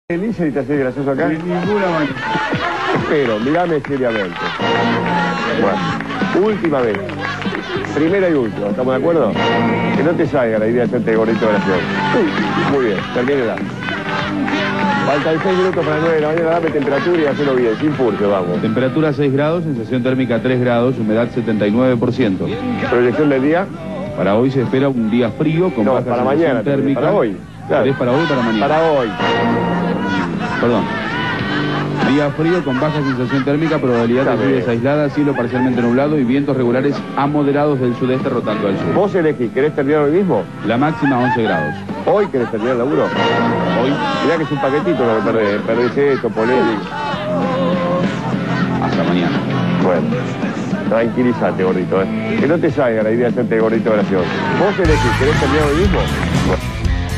Elisa y te haces gracioso acá. De ninguna manera. Espero, mirame seriamente. Bueno, última vez. Primera y última, ¿estamos de acuerdo? Que no te salga la idea de hacerte gordito de gracioso. Muy bien, termínela. Faltan 6 minutos para las 9 de la mañana, dame temperatura y hacelo bien, sin pulso, vamos. Temperatura 6 grados, sensación térmica 3 grados, humedad 79%. Proyección del día. Para hoy se espera un día frío con baja para sensación mañana, térmica. para hoy. Claro. ¿Es para hoy o para mañana? Para hoy. Perdón. Día frío con baja sensación térmica, probabilidad de lluvias aisladas, cielo parcialmente nublado y vientos regulares a moderados del sudeste rotando al sur. Vos elegís, ¿querés terminar hoy mismo? La máxima 11 grados. ¿Hoy querés terminar el laburo? Hoy. Mirá que es un paquetito lo que perdés. Perdés esto, polémico. Hasta mañana. Bueno, tranquilízate, gordito, Que no te salga la idea de hacerte gordito gracioso. Vos elegís, ¿querés terminar hoy mismo? Bueno.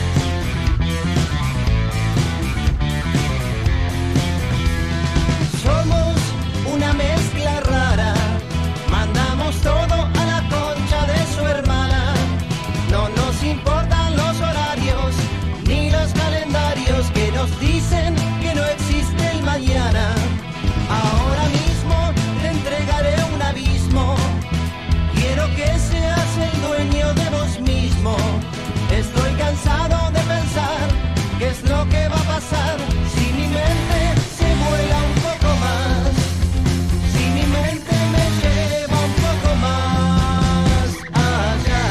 Dicen que no existe el mañana. Ahora mismo te entregaré un abismo. Quiero que seas el dueño de vos mismo. Estoy cansado de pensar qué es lo que va a pasar si mi mente se vuela un poco más. Si mi mente me lleva un poco más allá.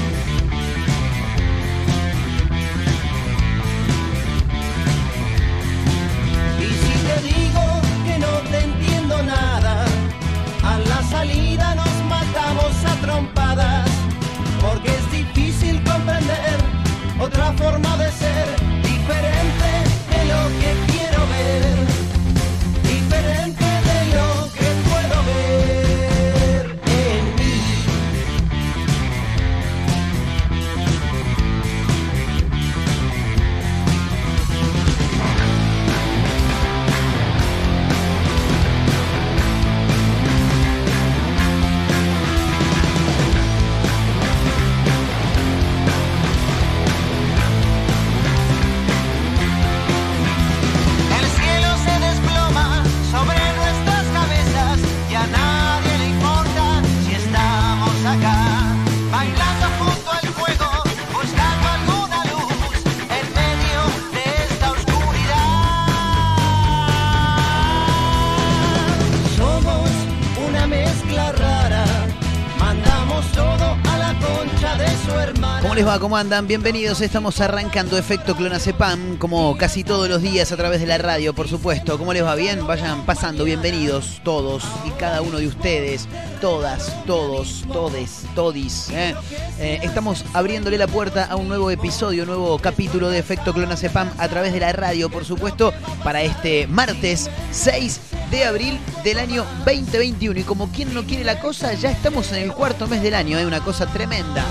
A la salida nos matamos a trompadas, porque es difícil comprender otra forma de ser, diferente de lo que quiero ver, diferente de lo que puedo ver en mí. ¿Cómo les va? ¿Cómo andan? Bienvenidos. Estamos arrancando Efecto Clonazepam, como casi todos los días a través de la radio, por supuesto. ¿Cómo les va? ¿Bien? Vayan pasando. Bienvenidos todos y cada uno de ustedes. Todas, todos, todes, todis. Estamos abriéndole la puerta a un nuevo episodio, un nuevo capítulo de Efecto Clonazepam a través de la radio, por supuesto, para este martes 6 de abril del año 2021. Y como quien no quiere la cosa, ya estamos en el cuarto mes del año. Una cosa tremenda.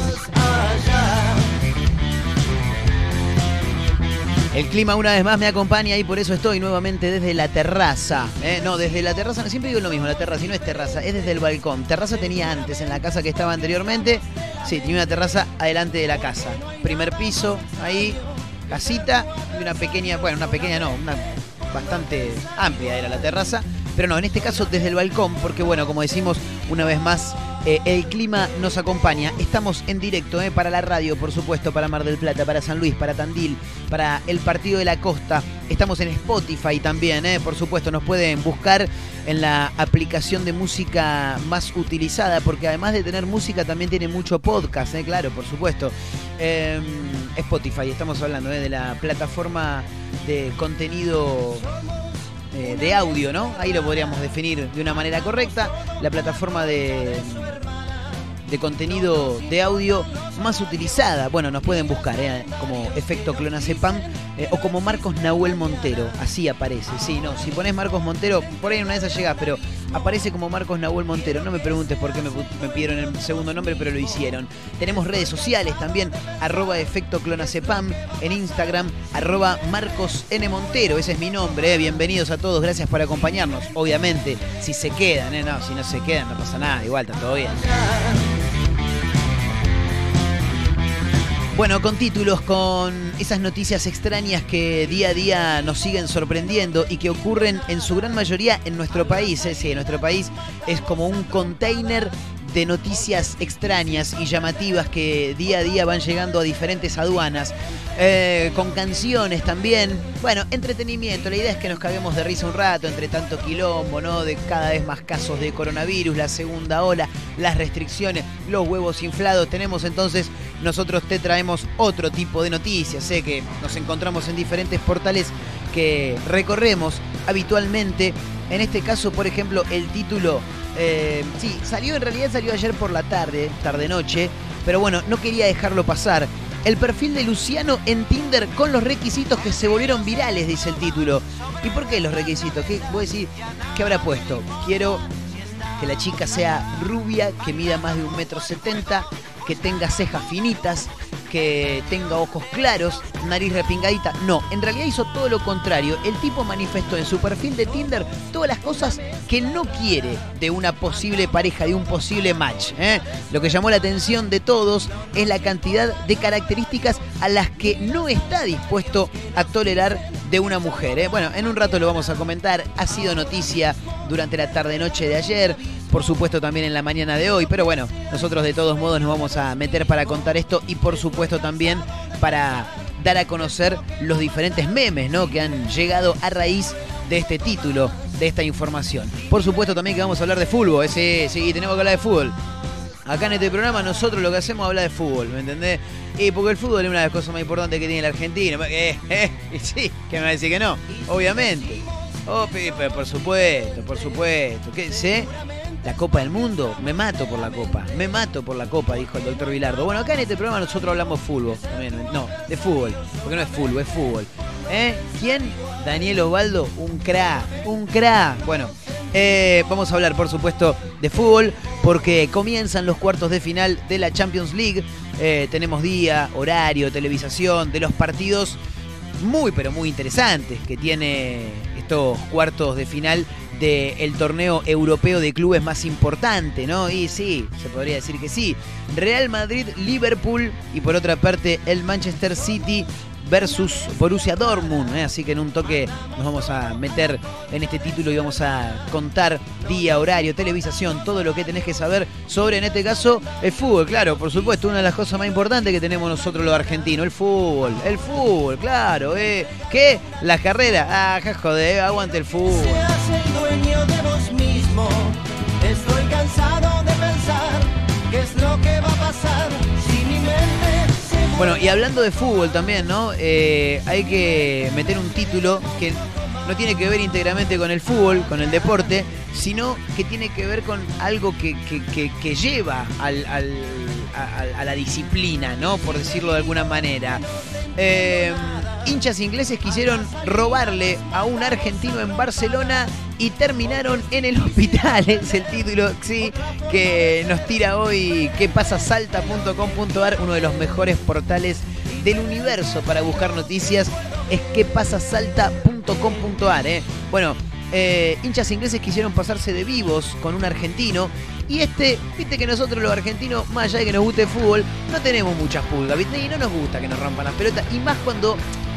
El clima una vez más me acompaña y por eso estoy nuevamente desde la terraza. No, desde la terraza, siempre digo lo mismo, la terraza, y no es terraza, es desde el balcón. Terraza tenía antes, en la casa que estaba anteriormente. Sí, tenía una terraza adelante de la casa. Primer piso, ahí, casita y una pequeña, bueno, una pequeña no, una bastante amplia era la terraza. Pero no, en este caso desde el balcón, porque bueno, como decimos una vez más, el clima nos acompaña. Estamos en directo para la radio, por supuesto, para Mar del Plata, para San Luis, para Tandil, para el Partido de la Costa. Estamos en Spotify también, por supuesto. Nos pueden buscar en la aplicación de música más utilizada, porque además de tener música también tiene mucho podcast, claro, por supuesto. Spotify, estamos hablando de la plataforma de contenido de audio, ¿no? Ahí lo podríamos definir de una manera correcta. La plataforma de contenido de audio más utilizada. Bueno, nos pueden buscar como Efecto Clonazepam o como Marcos Nahuel Montero. Así aparece. Sí, no, si pones Marcos Montero, por ahí en una de esas llegás, pero aparece como Marcos Nahuel Montero. No me preguntes por qué me pidieron el segundo nombre, pero lo hicieron. Tenemos redes sociales también, @Efecto Clonazepam, en Instagram, @Marcos N. Montero. Ese es mi nombre. Bienvenidos a todos, gracias por acompañarnos. Obviamente, si se quedan, no, si no se quedan no pasa nada, igual está todo bien. Bueno, con títulos, con esas noticias extrañas que día a día nos siguen sorprendiendo y que ocurren en su gran mayoría en nuestro país. Sí, en nuestro país es como un container de noticias extrañas y llamativas que día a día van llegando a diferentes aduanas. Con canciones también. Bueno, entretenimiento. La idea es que nos caguemos de risa un rato entre tanto quilombo, ¿no? De cada vez más casos de coronavirus, la segunda ola, las restricciones, los huevos inflados. Tenemos entonces, nosotros te traemos otro tipo de noticias. Sé que nos encontramos en diferentes portales que recorremos habitualmente. En este caso, por ejemplo, el título... sí, en realidad salió ayer por la tarde-noche, pero bueno, no quería dejarlo pasar. El perfil de Luciano en Tinder con los requisitos que se volvieron virales, dice el título. ¿Y por qué los requisitos? ¿Qué voy a decir? ¿Qué habrá puesto? Quiero que la chica sea rubia, que mida más de 1,70 m, que tenga cejas finitas, que tenga ojos claros, nariz repingadita. No, en realidad hizo todo lo contrario. El tipo manifestó en su perfil de Tinder todas las cosas que no quiere de una posible pareja, de un posible match. Lo que llamó la atención de todos es la cantidad de características a las que no está dispuesto a tolerar de una mujer. Bueno, en un rato lo vamos a comentar. Ha sido noticia durante la tarde-noche de ayer, por supuesto también en la mañana de hoy, pero bueno, nosotros de todos modos nos vamos a meter para contar esto y por supuesto también para dar a conocer los diferentes memes, ¿no?, que han llegado a raíz de este título, de esta información. Por supuesto también que vamos a hablar de fútbol, sí, tenemos que hablar de fútbol. Acá en este programa nosotros lo que hacemos es hablar de fútbol, ¿me entendés? Y porque el fútbol es una de las cosas más importantes que tiene la Argentina. Y sí, que me va a decir que no, obviamente. Oh, pero por supuesto. ¿Qué sé? La Copa del Mundo, me mato por la Copa, dijo el doctor Vilardo. Bueno, acá en este programa nosotros hablamos de fútbol. No, de fútbol, porque no es fútbol, es fútbol. ¿Quién? Daniel Osvaldo, un crack. Bueno, vamos a hablar, por supuesto, de fútbol, porque comienzan los cuartos de final de la Champions League. Tenemos día, horario, televisación de los partidos muy, pero muy interesantes que tiene estos cuartos de final del torneo europeo de clubes más importante, ¿no? Y sí, se podría decir que sí. Real Madrid, Liverpool y por otra parte el Manchester City versus Borussia Dortmund, así que en un toque nos vamos a meter en este título y vamos a contar día, horario, televisación, todo lo que tenés que saber sobre, en este caso, el fútbol, claro, por supuesto, una de las cosas más importantes que tenemos nosotros los argentinos, el fútbol, claro, ¿qué? La carrera, joder, aguante el fútbol. Seas el dueño de vos mismo, estoy cansado de pensar qué es lo que va a pasar si mi mente... Bueno, y hablando de fútbol también, ¿no? Hay que meter un título que no tiene que ver íntegramente con el fútbol, con el deporte, sino que tiene que ver con algo que lleva a la disciplina, ¿no? Por decirlo de alguna manera. Hinchas ingleses quisieron robarle a un argentino en Barcelona y terminaron en el hospital. Es el título, sí, que nos tira hoy quepasasalta.com.ar, uno de los mejores portales del universo para buscar noticias. Es quepasasalta.com.ar. Bueno, hinchas ingleses quisieron pasarse de vivos con un argentino. Y viste que nosotros los argentinos, más allá de que nos guste el fútbol, no tenemos muchas pulgas, ¿viste? Y no nos gusta que nos rompan las pelotas. Y más cuando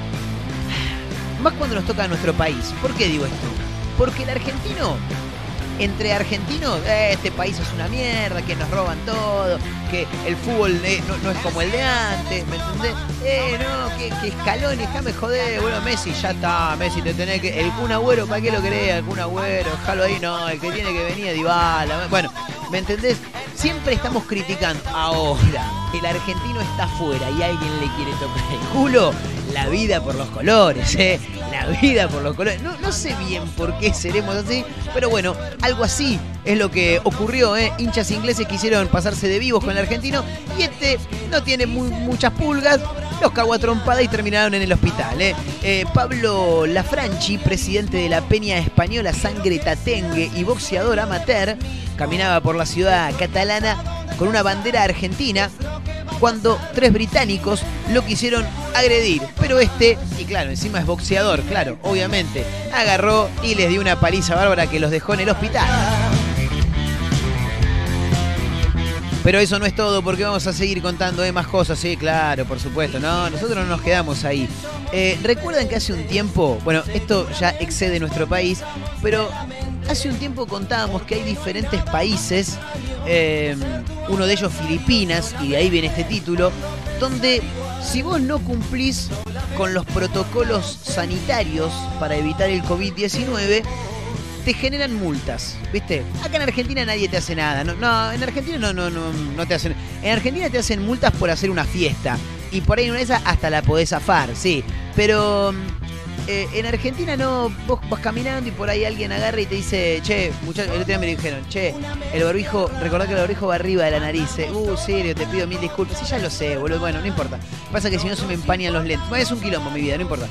nos toca a nuestro país. ¿Por qué digo esto? Porque el argentino, entre argentinos, este país es una mierda, que nos roban todo, que el fútbol no es como el de antes, ¿me entendés? Que Scaloni, déjame joder, bueno, Messi, ya está, Messi te tenés que... El Kun Agüero, ¿para qué lo querés? El Kun Agüero, déjalo ahí, no, el que tiene que venir es Dybala. Bueno, ¿me entendés? Siempre estamos criticando. Ahora, el argentino está afuera y alguien le quiere tocar el culo. La vida por los colores, la vida por los colores. No sé bien por qué seremos así, pero bueno, algo así es lo que ocurrió, Hinchas ingleses quisieron pasarse de vivos con el argentino y no tiene muchas pulgas, los cagó a trompada y terminaron en el hospital, Pablo Lafranchi, presidente de la Peña Española Sangre Tatengue y boxeador amateur, caminaba por la ciudad catalana con una bandera argentina cuando 3 británicos lo quisieron agredir. Pero y claro, encima es boxeador, claro, obviamente, agarró y les dio una paliza bárbara que los dejó en el hospital. Pero eso no es todo, porque vamos a seguir contando más cosas. Sí, claro, por supuesto. No, nosotros no nos quedamos ahí. ¿Recuerdan que hace un tiempo, bueno, esto ya excede nuestro país, pero hace un tiempo contábamos que hay diferentes países, uno de ellos Filipinas, y de ahí viene este título, donde si vos no cumplís con los protocolos sanitarios para evitar el COVID-19, te generan multas, ¿viste? Acá en Argentina nadie te hace nada. No, en Argentina no te hacen. En Argentina te hacen multas por hacer una fiesta. Y por ahí en una de esas hasta la podés zafar, sí. Pero en Argentina no, vos vas caminando y por ahí alguien agarra y te dice, che, muchachos, el otro día me dijeron, che, el barbijo, recordá que el barbijo va arriba de la nariz. Serio, te pido 1000 disculpas. Sí, ya lo sé, boludo. Bueno, no importa. Pasa que si no se me empañan los lentes. Bueno, es un quilombo mi vida, no importa.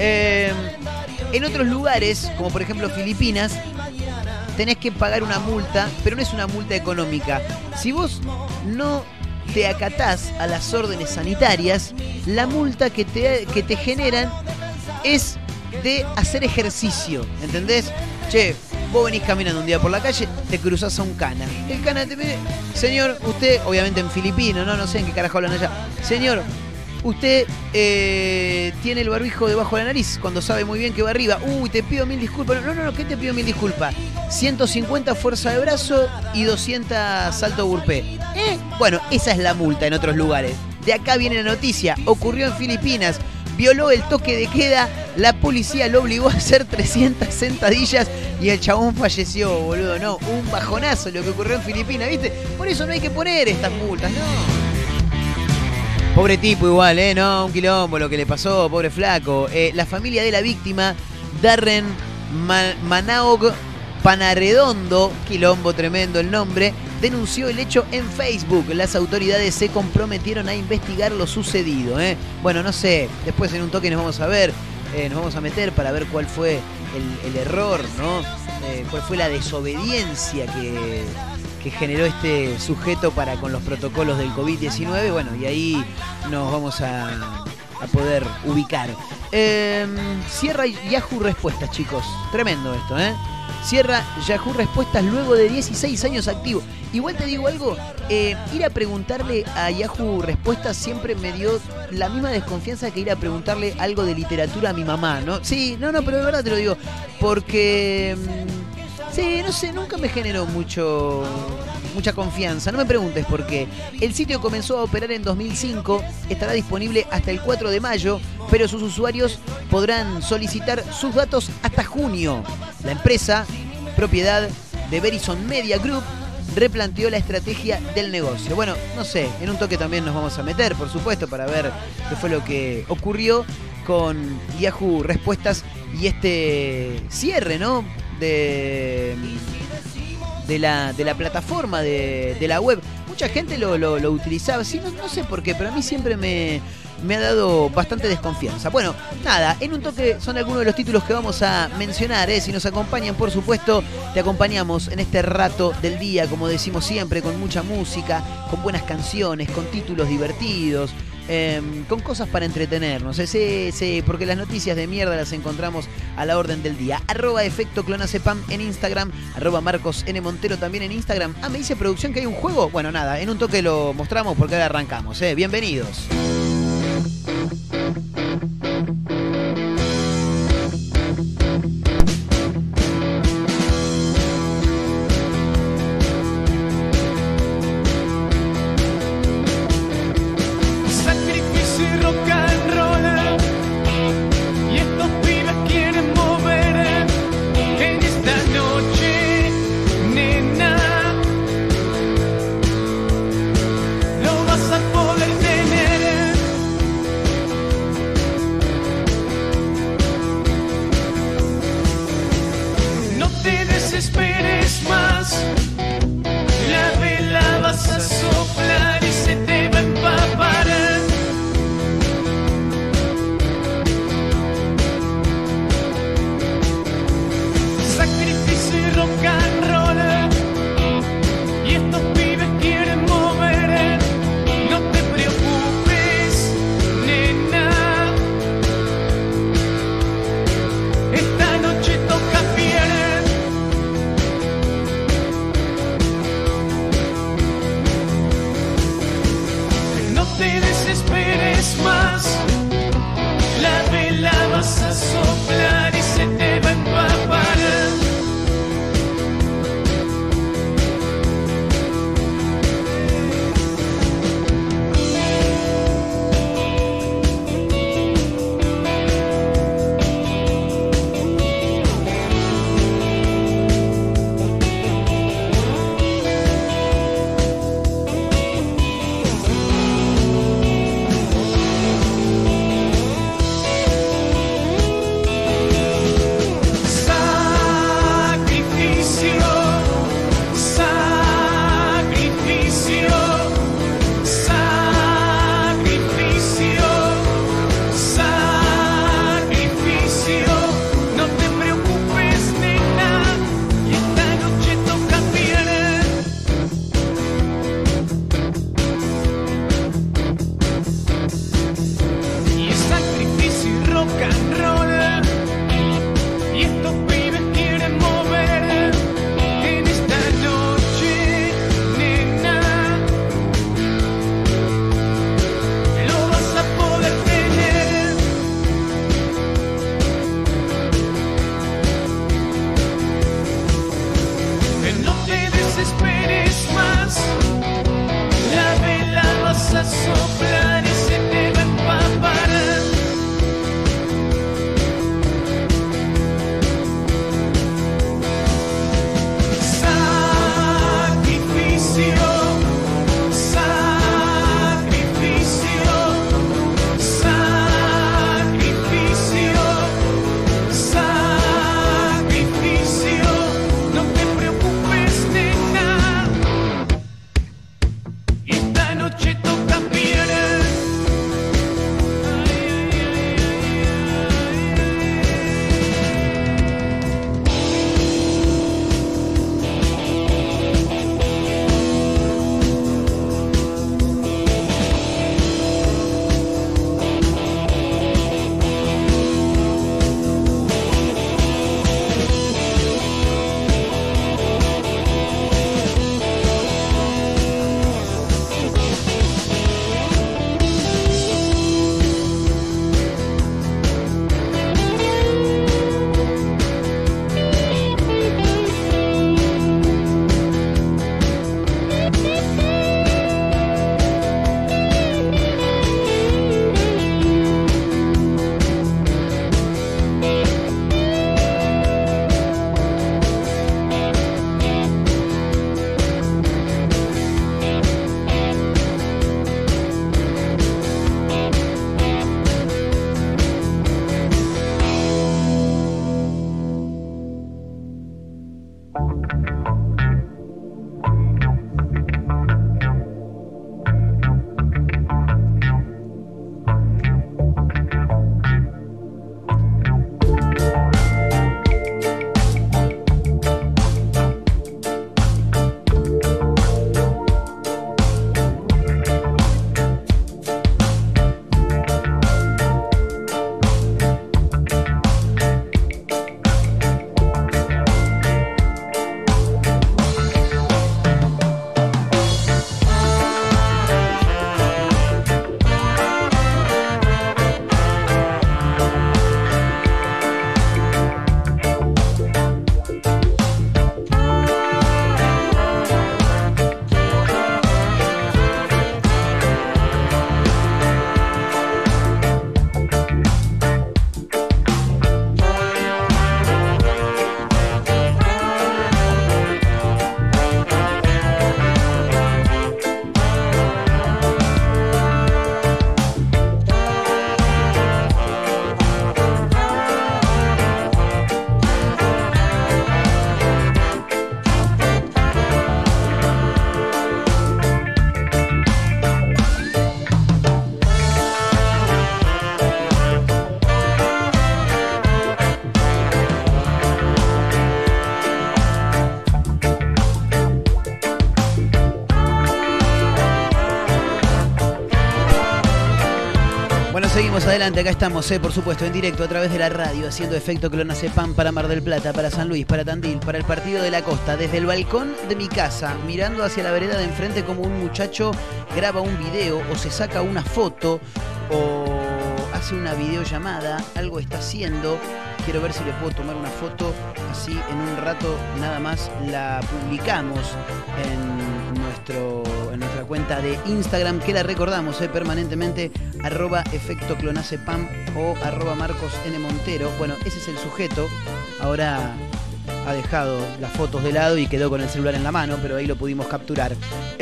En otros lugares, como por ejemplo Filipinas, tenés que pagar una multa, pero no es una multa económica. Si vos no te acatás a las órdenes sanitarias, la multa que te generan es de hacer ejercicio, ¿entendés? Che, vos venís caminando un día por la calle, te cruzás a un cana. El cana te pide, señor, usted, obviamente en filipino, no sé en qué carajo hablan allá. Señor, usted tiene el barbijo debajo de la nariz cuando sabe muy bien que va arriba. Uy, te pido 1000 disculpas. No, ¿qué te pido 1000 disculpas? 150 fuerza de brazo y 200 salto burpé. Bueno, esa es la multa en otros lugares. De acá viene la noticia. Ocurrió en Filipinas. Violó el toque de queda. La policía lo obligó a hacer 300 sentadillas y el chabón falleció, boludo. No, un bajonazo lo que ocurrió en Filipinas, ¿viste? Por eso no hay que poner estas multas, no. Pobre tipo igual, no, un quilombo lo que le pasó, pobre flaco. La familia de la víctima, Darren Manaog Panarredondo, quilombo tremendo el nombre, denunció el hecho en Facebook. Las autoridades se comprometieron a investigar lo sucedido. Bueno, no sé, después en un toque nos vamos a ver, nos vamos a meter para ver cuál fue el error, ¿no? Cuál fue la desobediencia que generó este sujeto para con los protocolos del COVID-19, bueno, y ahí nos vamos a poder ubicar. Cierra Yahoo Respuestas, chicos. Tremendo esto, Cierra Yahoo Respuestas luego de 16 años activo. Igual te digo algo, ir a preguntarle a Yahoo Respuestas siempre me dio la misma desconfianza que ir a preguntarle algo de literatura a mi mamá, ¿no? Sí, no, pero de verdad te lo digo, porque... sí, no sé, nunca me generó mucha confianza. No me preguntes por qué. El sitio comenzó a operar en 2005, estará disponible hasta el 4 de mayo, pero sus usuarios podrán solicitar sus datos hasta junio. La empresa, propiedad de Verizon Media Group, replanteó la estrategia del negocio. Bueno, no sé, en un toque también nos vamos a meter, por supuesto, para ver qué fue lo que ocurrió con Yahoo Respuestas y este cierre, ¿no? De la plataforma de la web. Mucha gente lo utilizaba. Sí, no sé por qué, pero a mí siempre me ha dado bastante desconfianza. Bueno, nada, en un toque son algunos de los títulos que vamos a mencionar. Si nos acompañan, por supuesto, te acompañamos en este rato del día, como decimos siempre, con mucha música, con buenas canciones, con títulos divertidos, con cosas para entretenernos. Sí, porque las noticias de mierda las encontramos a la orden del día. @efecto clonacepam en Instagram, @Marcos N. Montero también en Instagram. Me dice producción que hay un juego. Bueno, nada, en un toque lo mostramos porque ahora arrancamos. Bienvenidos. Y estos pibes quieren mover en esta noche, nena. Lo vas a poder tener. No te desesperes más. La vela vas a soplar y se te va a empapar. Sacrificio, sacrificio, sacrificio, sacrificio. No te preocupes, nena. Y esta noche toca piedra. Seguimos adelante, acá estamos, por supuesto, en directo a través de la radio, haciendo efecto Clonazepam para Mar del Plata, para San Luis, para Tandil, para el Partido de la Costa, desde el balcón de mi casa, mirando hacia la vereda de enfrente como un muchacho graba un video o se saca una foto o hace una videollamada, algo está haciendo. Quiero ver si le puedo tomar una foto, así en un rato nada más la publicamos en nuestra cuenta de Instagram, que la recordamos permanentemente, @efectoclonazepam o @marcosnmontero. Bueno, ese es el sujeto. Ahora ha dejado las fotos de lado y quedó con el celular en la mano, pero ahí lo pudimos capturar.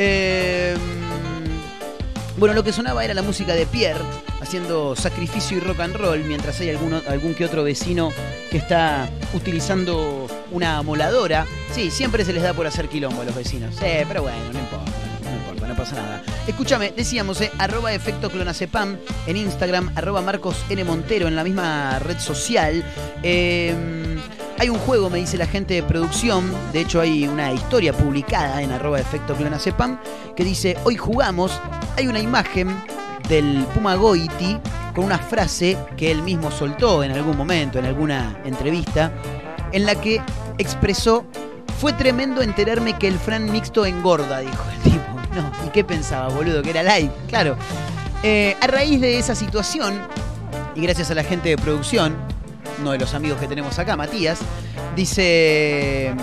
Bueno, lo que sonaba era la música de Pierre haciendo sacrificio y rock and roll, mientras hay algún que otro vecino que está utilizando una amoladora. Sí, siempre se les da por hacer quilombo a los vecinos. Sí, pero bueno, no importa, no pasa nada. Escúchame, decíamos, @efectoclonazepam en Instagram, @marcosnmontero en la misma red social. Hay un juego, me dice la gente de producción, de hecho hay una historia publicada en @efectoclonazepam que dice: hoy jugamos. Hay una imagen del Puma Goiti con una frase que él mismo soltó en algún momento, en alguna entrevista, en la que expresó: fue tremendo enterarme que el Fran mixto engorda, dijo el tipo. No, ¿y qué pensaba, boludo? Que era live, claro. A raíz de esa situación, y gracias a la gente de producción, uno de los amigos que tenemos acá, Matías, dice: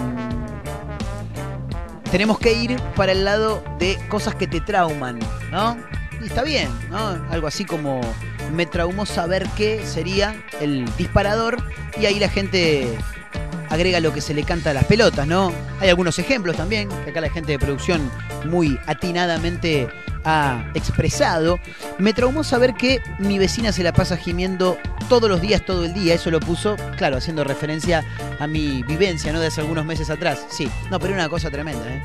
tenemos que ir para el lado de cosas que te trauman, ¿no? Y está bien, ¿no? Algo así como: me traumó saber qué sería el disparador, y ahí la gente agrega lo que se le canta a las pelotas, ¿no? Hay algunos ejemplos también, que acá la gente de producción muy atinadamente ha expresado. Me traumó saber que mi vecina se la pasa gimiendo todos los días, todo el día. Eso lo puso, claro, haciendo referencia a mi vivencia, ¿no? De hace algunos meses atrás. Sí, no, pero era una cosa tremenda, ¿eh?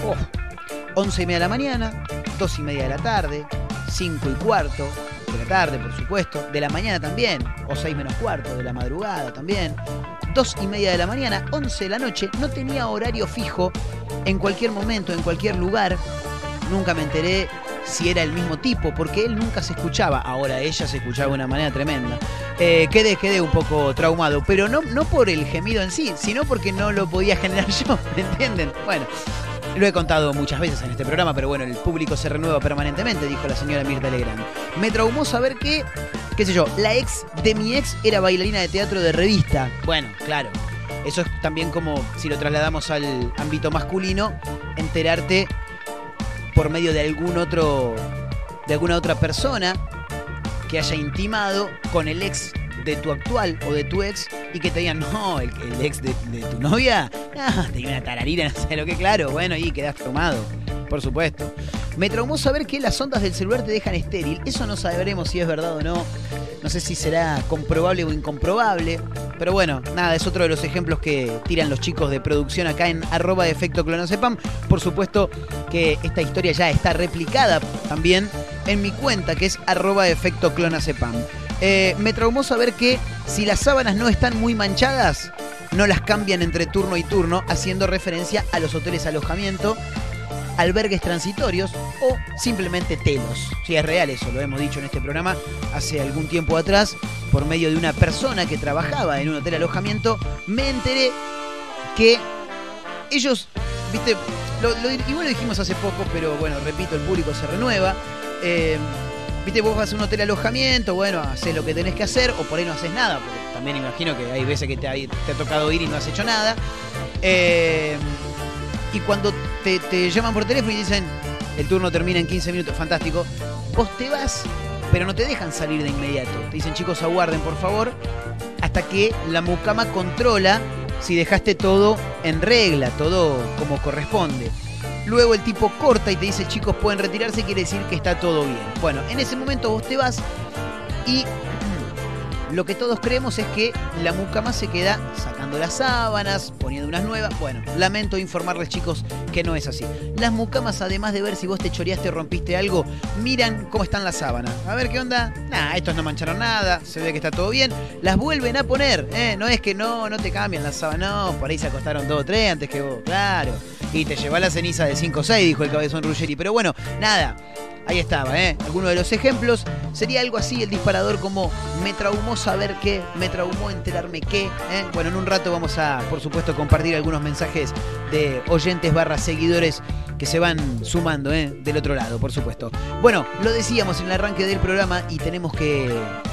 11:30 de la mañana, 2:30 de la tarde, 5:15 de la tarde, por supuesto, de la mañana también, o 6:45 de la madrugada también, 2:30 de la mañana, 11 de la noche. No tenía horario fijo, en cualquier momento, en cualquier lugar. Nunca me enteré si era el mismo tipo, porque él nunca se escuchaba. Ahora ella se escuchaba de una manera tremenda. Quedé un poco traumado, pero no por el gemido en sí, sino porque no lo podía generar yo, ¿me entienden? Bueno, lo he contado muchas veces en este programa, pero bueno, el público se renueva permanentemente, dijo la señora Mirta Legrand. Me traumó saber que, qué sé yo, la ex de mi ex era bailarina de teatro de revista. Bueno, claro, eso es también como, si lo trasladamos al ámbito masculino, enterarte por medio de alguna otra persona que haya intimado con el ex de tu actual o de tu ex, y que te digan: no, el ex de tu novia, tenía una tararina, no sé lo que, claro, bueno, y quedás traumado, por supuesto. Me traumó saber que las ondas del celular te dejan estéril. Eso no sabremos si es verdad o no. No sé si será comprobable o incomprobable. Pero bueno, nada, es otro de los ejemplos que tiran los chicos de producción acá en @efectoclonazepam. Por supuesto que esta historia ya está replicada también en mi cuenta, que es @efectoclonazepam. Me traumó saber que si las sábanas no están muy manchadas, no las cambian entre turno y turno, haciendo referencia a los hoteles alojamiento, albergues transitorios o simplemente telos. Sí, es real eso, lo hemos dicho en este programa hace algún tiempo atrás, por medio de una persona que trabajaba en un hotel alojamiento. Me enteré que ellos, viste, igual lo dijimos hace poco, pero bueno, repito, el público se renueva. Viste, vos vas a un hotel alojamiento, bueno, haces lo que tenés que hacer, o por ahí no haces nada, porque también imagino que hay veces que te ha tocado ir y no has hecho nada. Y cuando te llaman por teléfono y dicen: el turno termina en 15 minutos, fantástico, vos te vas, pero no te dejan salir de inmediato. Te dicen: chicos, aguarden por favor, hasta que la mucama controla si dejaste todo en regla, todo como corresponde. Luego el tipo corta y te dice: chicos, pueden retirarse, quiere decir que está todo bien. Bueno, en ese momento vos te vas y lo que todos creemos es que la mucama se queda sacando las sábanas, poniendo unas nuevas. Bueno, lamento informarles, chicos, que no es así. Las mucamas, además de ver si vos te choreaste o rompiste algo, miran cómo están las sábanas. A ver qué onda. Estos no mancharon nada, se ve que está todo bien. Las vuelven a poner, no es que no te cambian las sábanas, no, por ahí se acostaron 2 o 3 antes que vos, claro. Y te llevás la ceniza de 5 o 6, dijo el Cabezón Ruggeri. Pero bueno, nada. Ahí estaba, Alguno de los ejemplos sería algo así, el disparador, como: me traumó saber qué, me traumó enterarme qué. Bueno, en un rato vamos a, por supuesto, compartir algunos mensajes de oyentes / seguidores que se van sumando, del otro lado, por supuesto. Bueno, lo decíamos en el arranque del programa y tenemos que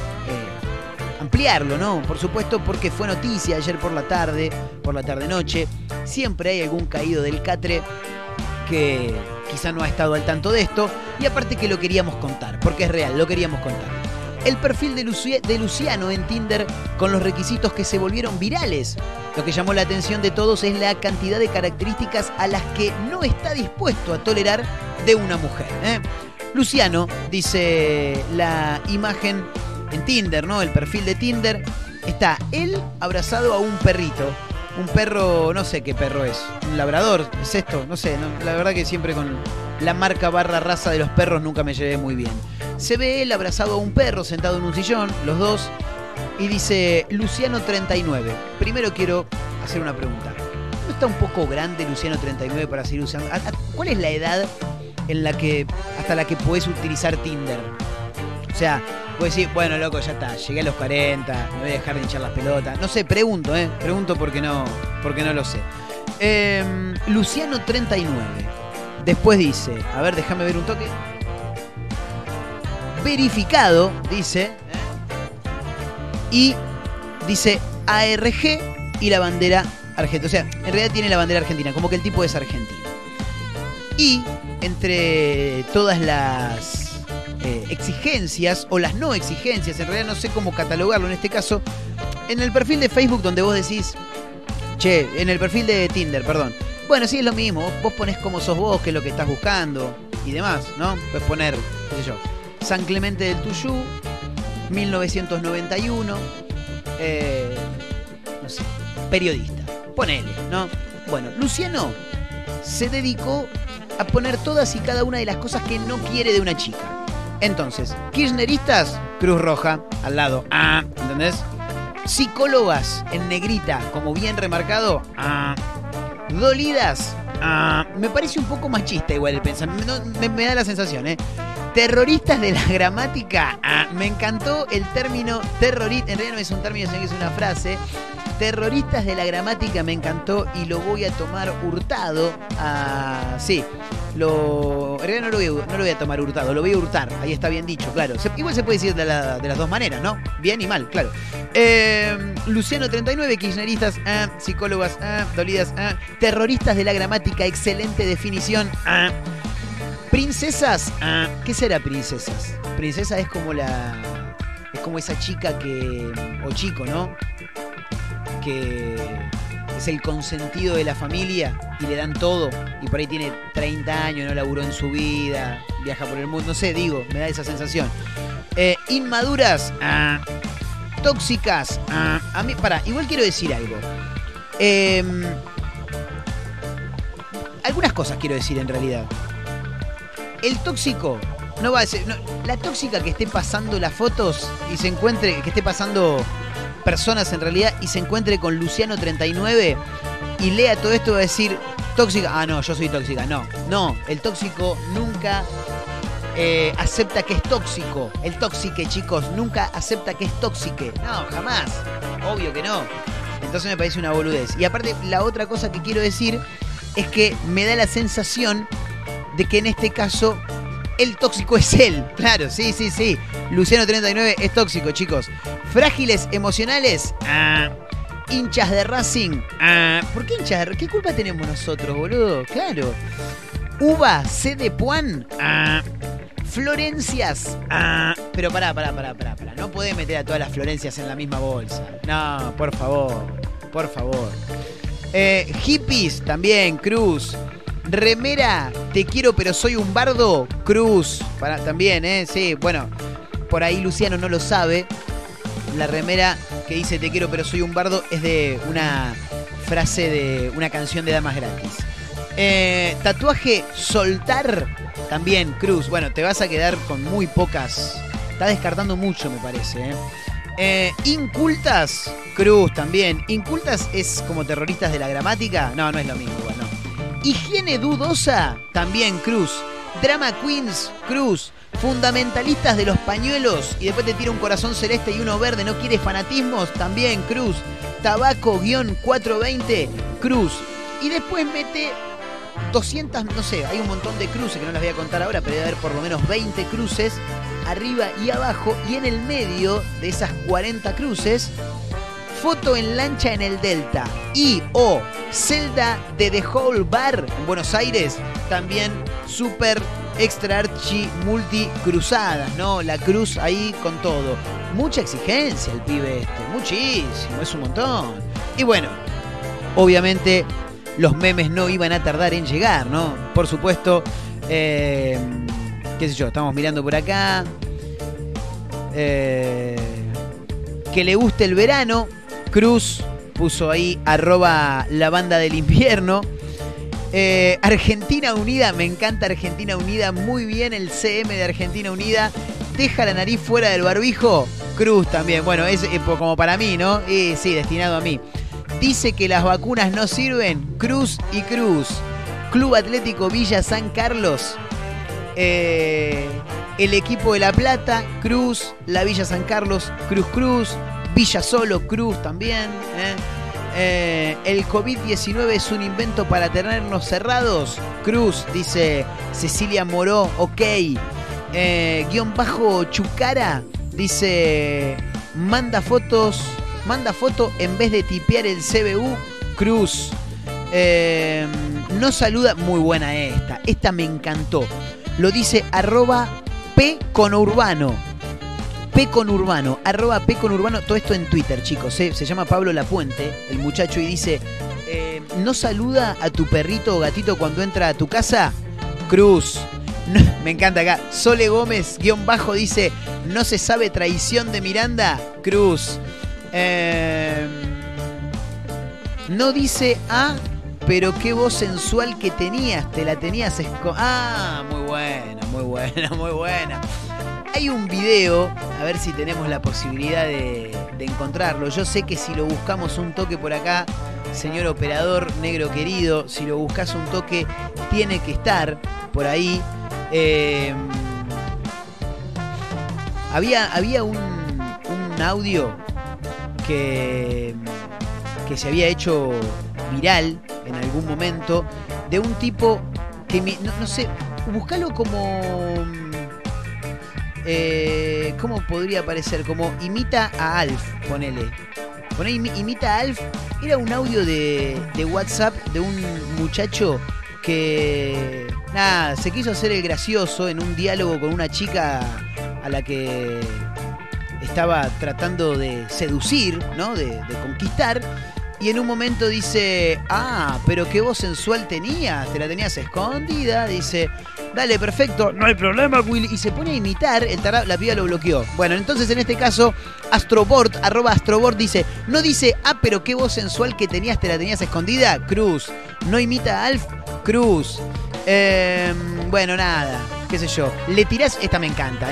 ampliarlo, ¿no? Por supuesto, porque fue noticia ayer por la tarde-noche. Siempre hay algún caído del catre que quizá no ha estado al tanto de esto, y aparte que lo queríamos contar, porque es real, lo queríamos contar. El perfil de Luciano en Tinder con los requisitos que se volvieron virales. Lo que llamó la atención de todos es la cantidad de características a las que no está dispuesto a tolerar de una mujer. Luciano, dice la imagen en Tinder, ¿no? El perfil de Tinder, está él abrazado a un perrito. Un perro, no sé qué perro es. Un labrador, ¿es esto? No sé, la verdad que siempre con la marca / raza de los perros nunca me llevé muy bien. Se ve él abrazado a un perro sentado en un sillón, los dos, y dice: Luciano 39. Primero quiero hacer una pregunta. ¿No está un poco grande Luciano 39 para seguir usando? ¿Cuál es la edad hasta la que podés utilizar Tinder? O sea, Pues sí, bueno, loco, ya está. Llegué a los 40, me voy a dejar de hinchar las pelotas. No sé, pregunto, Pregunto porque no lo sé. Luciano 39. Después dice, a ver, déjame ver un toque. Verificado, dice. Y dice ARG y la bandera argentina. O sea, en realidad tiene la bandera argentina, como que el tipo es argentino. Y entre todas las exigencias o las no exigencias, en realidad no sé cómo catalogarlo en este caso, en el perfil de Facebook donde vos decís, en el perfil de Tinder, perdón, bueno, sí es lo mismo, vos ponés cómo sos vos, qué es lo que estás buscando y demás, ¿no? Puedes poner, qué sé yo, San Clemente del Tuyú, 1991, no sé, periodista, ponele, ¿no? Bueno, Luciano se dedicó a poner todas y cada una de las cosas que no quiere de una chica. Entonces, kirchneristas, Cruz Roja, al lado, ¿entendés? Psicólogas en negrita, como bien remarcado, dolidas, me parece un poco machista igual el pensamiento, me da la sensación, Terroristas de la gramática, me encantó el término terrorista, en realidad no es un término, sino que es una frase. Terroristas de la gramática me encantó y lo voy a tomar hurtado. Sí, en realidad no lo voy a tomar hurtado, lo voy a hurtar. Ahí está bien dicho, claro. Igual se puede decir de las dos maneras, ¿no? Bien y mal, claro. Luciano 39, kirchneristas, psicólogas, dolidas, terroristas de la gramática, excelente definición. Princesas, ¿qué será princesas? Princesa es como esa chica o chico, ¿no? Que es el consentido de la familia y le dan todo y por ahí tiene 30 años, no laburó en su vida, viaja por el mundo, no sé, digo, me da esa sensación. Inmaduras, tóxicas, a mí, igual quiero decir algo. Algunas cosas quiero decir en realidad. El tóxico no va a ser, la tóxica que esté pasando las fotos y se encuentre, que esté pasando personas en realidad y se encuentre con Luciano 39 y lea todo esto va a decir tóxica, no, yo soy tóxica, no, el tóxico nunca acepta que es tóxico, el tóxique, chicos, nunca acepta que es tóxique, no, jamás, obvio que no, entonces me parece una boludez. Y aparte la otra cosa que quiero decir es que me da la sensación de que en este caso el tóxico es él. Claro, sí. Luciano 39 es tóxico, chicos. Frágiles emocionales. Hinchas de Racing. ¿Por qué hinchas de Racing? ¿Qué culpa tenemos nosotros, boludo? Claro. Uva C de Puan. Florencias. Pero pará. No podés meter a todas las Florencias en la misma bolsa. No, por favor. Hippies también, Cruz. Remera, te quiero pero soy un bardo, Cruz. También, sí, bueno, por ahí Luciano no lo sabe. La remera que dice te quiero pero soy un bardo es de una frase de una canción de Damas Gratis. Tatuaje soltar, también, Cruz. Bueno, te vas a quedar con muy pocas. Está descartando mucho, me parece, Incultas, Cruz también. Incultas es como terroristas de la gramática. No es lo mismo, bueno. Higiene dudosa, también, Cruz. Drama Queens, Cruz. Fundamentalistas de los pañuelos y después te tira un corazón celeste y uno verde. No quieres fanatismos, también, Cruz. Tabaco-420, Cruz. Y después mete 200, no sé, hay un montón de cruces que no las voy a contar ahora, pero debe haber por lo menos 20 cruces arriba y abajo. Y en el medio de esas 40 cruces, foto en lancha en el Delta y/o celda de The Whole Bar en Buenos Aires, también super extra archi multi cruzadas, ¿no? La cruz ahí con todo. Mucha exigencia el pibe muchísimo, es un montón. Y bueno, obviamente los memes no iban a tardar en llegar, ¿no? Por supuesto, qué sé yo, estamos mirando por acá. Que le guste el verano, Cruz puso ahí @la banda del invierno. Argentina Unida, me encanta Argentina Unida, muy bien el CM de Argentina Unida. Deja la nariz fuera del barbijo, Cruz también. Bueno, es como para mí, ¿no? Sí, destinado a mí. Dice que las vacunas no sirven, Cruz y Cruz. Club Atlético Villa San Carlos. El equipo de La Plata, cruz. La Villa San Carlos, cruz. Villa Solo, cruz también. El COVID-19 es un invento para tenernos cerrados, cruz, dice Cecilia Moró, ok. _ Chucara, dice, manda foto en vez de tipear el CBU, cruz. No saluda, muy buena esta me encantó. Lo dice @P_Conurbano. P_Conurbano, @P_Conurbano, todo esto en Twitter, chicos. Se llama Pablo Lapuente, el muchacho, y dice, ¿no saluda a tu perrito o gatito cuando entra a tu casa? Cruz. No, me encanta acá. Sole Gómez, _ dice, ¿no se sabe traición de Miranda? Cruz. No dice pero qué voz sensual que tenías, te la tenías muy buena. Hay un video, a ver si tenemos la posibilidad de encontrarlo. Yo sé que si lo buscamos un toque por acá, señor operador negro querido, si lo buscas un toque, tiene que estar por ahí. Había un audio que se había hecho viral en algún momento de un tipo que no sé, buscalo como ¿cómo podría parecer? Como imita a Alf, ponele. Imita a Alf. Era un audio de WhatsApp de un muchacho que se quiso hacer el gracioso en un diálogo con una chica a la que estaba tratando de seducir, ¿no? De conquistar. Y en un momento dice, pero qué voz sensual tenías, te la tenías escondida. Dice, dale, perfecto, no hay problema, Willy. Y se pone a imitar, la piba lo bloqueó. Bueno, entonces en este caso, Astrobord, @Astrobord dice, no dice, pero qué voz sensual que tenías, te la tenías escondida, cruz. No imita a Alf, cruz. Bueno, nada, qué sé yo. Le tirás, esta me encanta,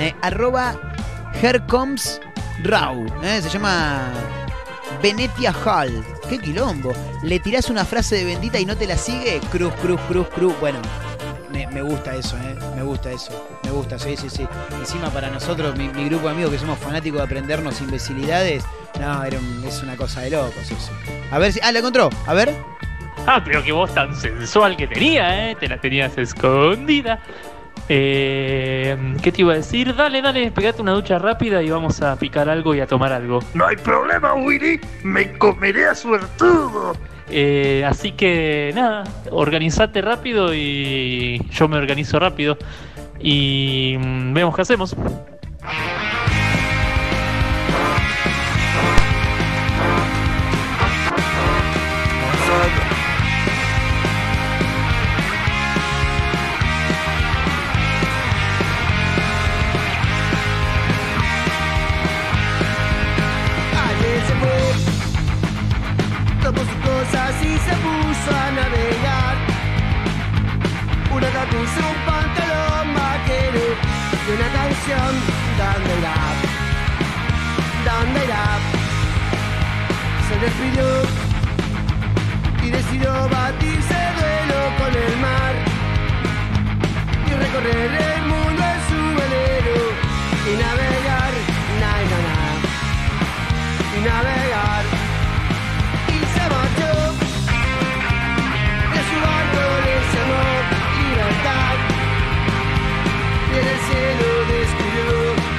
@HerComesRaw, se llama Venetia Hall. Qué quilombo. Le tirás una frase de bendita y no te la sigue, cruz. Bueno, me gusta eso, me gusta eso. Me gusta, sí. Encima para nosotros, mi grupo de amigos que somos fanáticos de aprendernos imbecilidades, es una cosa de locos eso. A ver si... la encontró, a ver. Pero qué voz tan sensual que tenía, te la tenías escondida. ¿Qué te iba a decir? Dale, pegate una ducha rápida y vamos a picar algo y a tomar algo. No hay problema, Willy, me comeré a suertudo. Así que nada, organizate rápido y yo me organizo rápido y vemos qué hacemos. Y se puso a navegar. Una camisa, un pantalón vaquero y una canción, ¿dónde irá? Se despidió y decidió batirse duelo con el mar y recorrer el mundo en su velero y navegar, y navegar. Y se marchó. Y en el cielo descubrió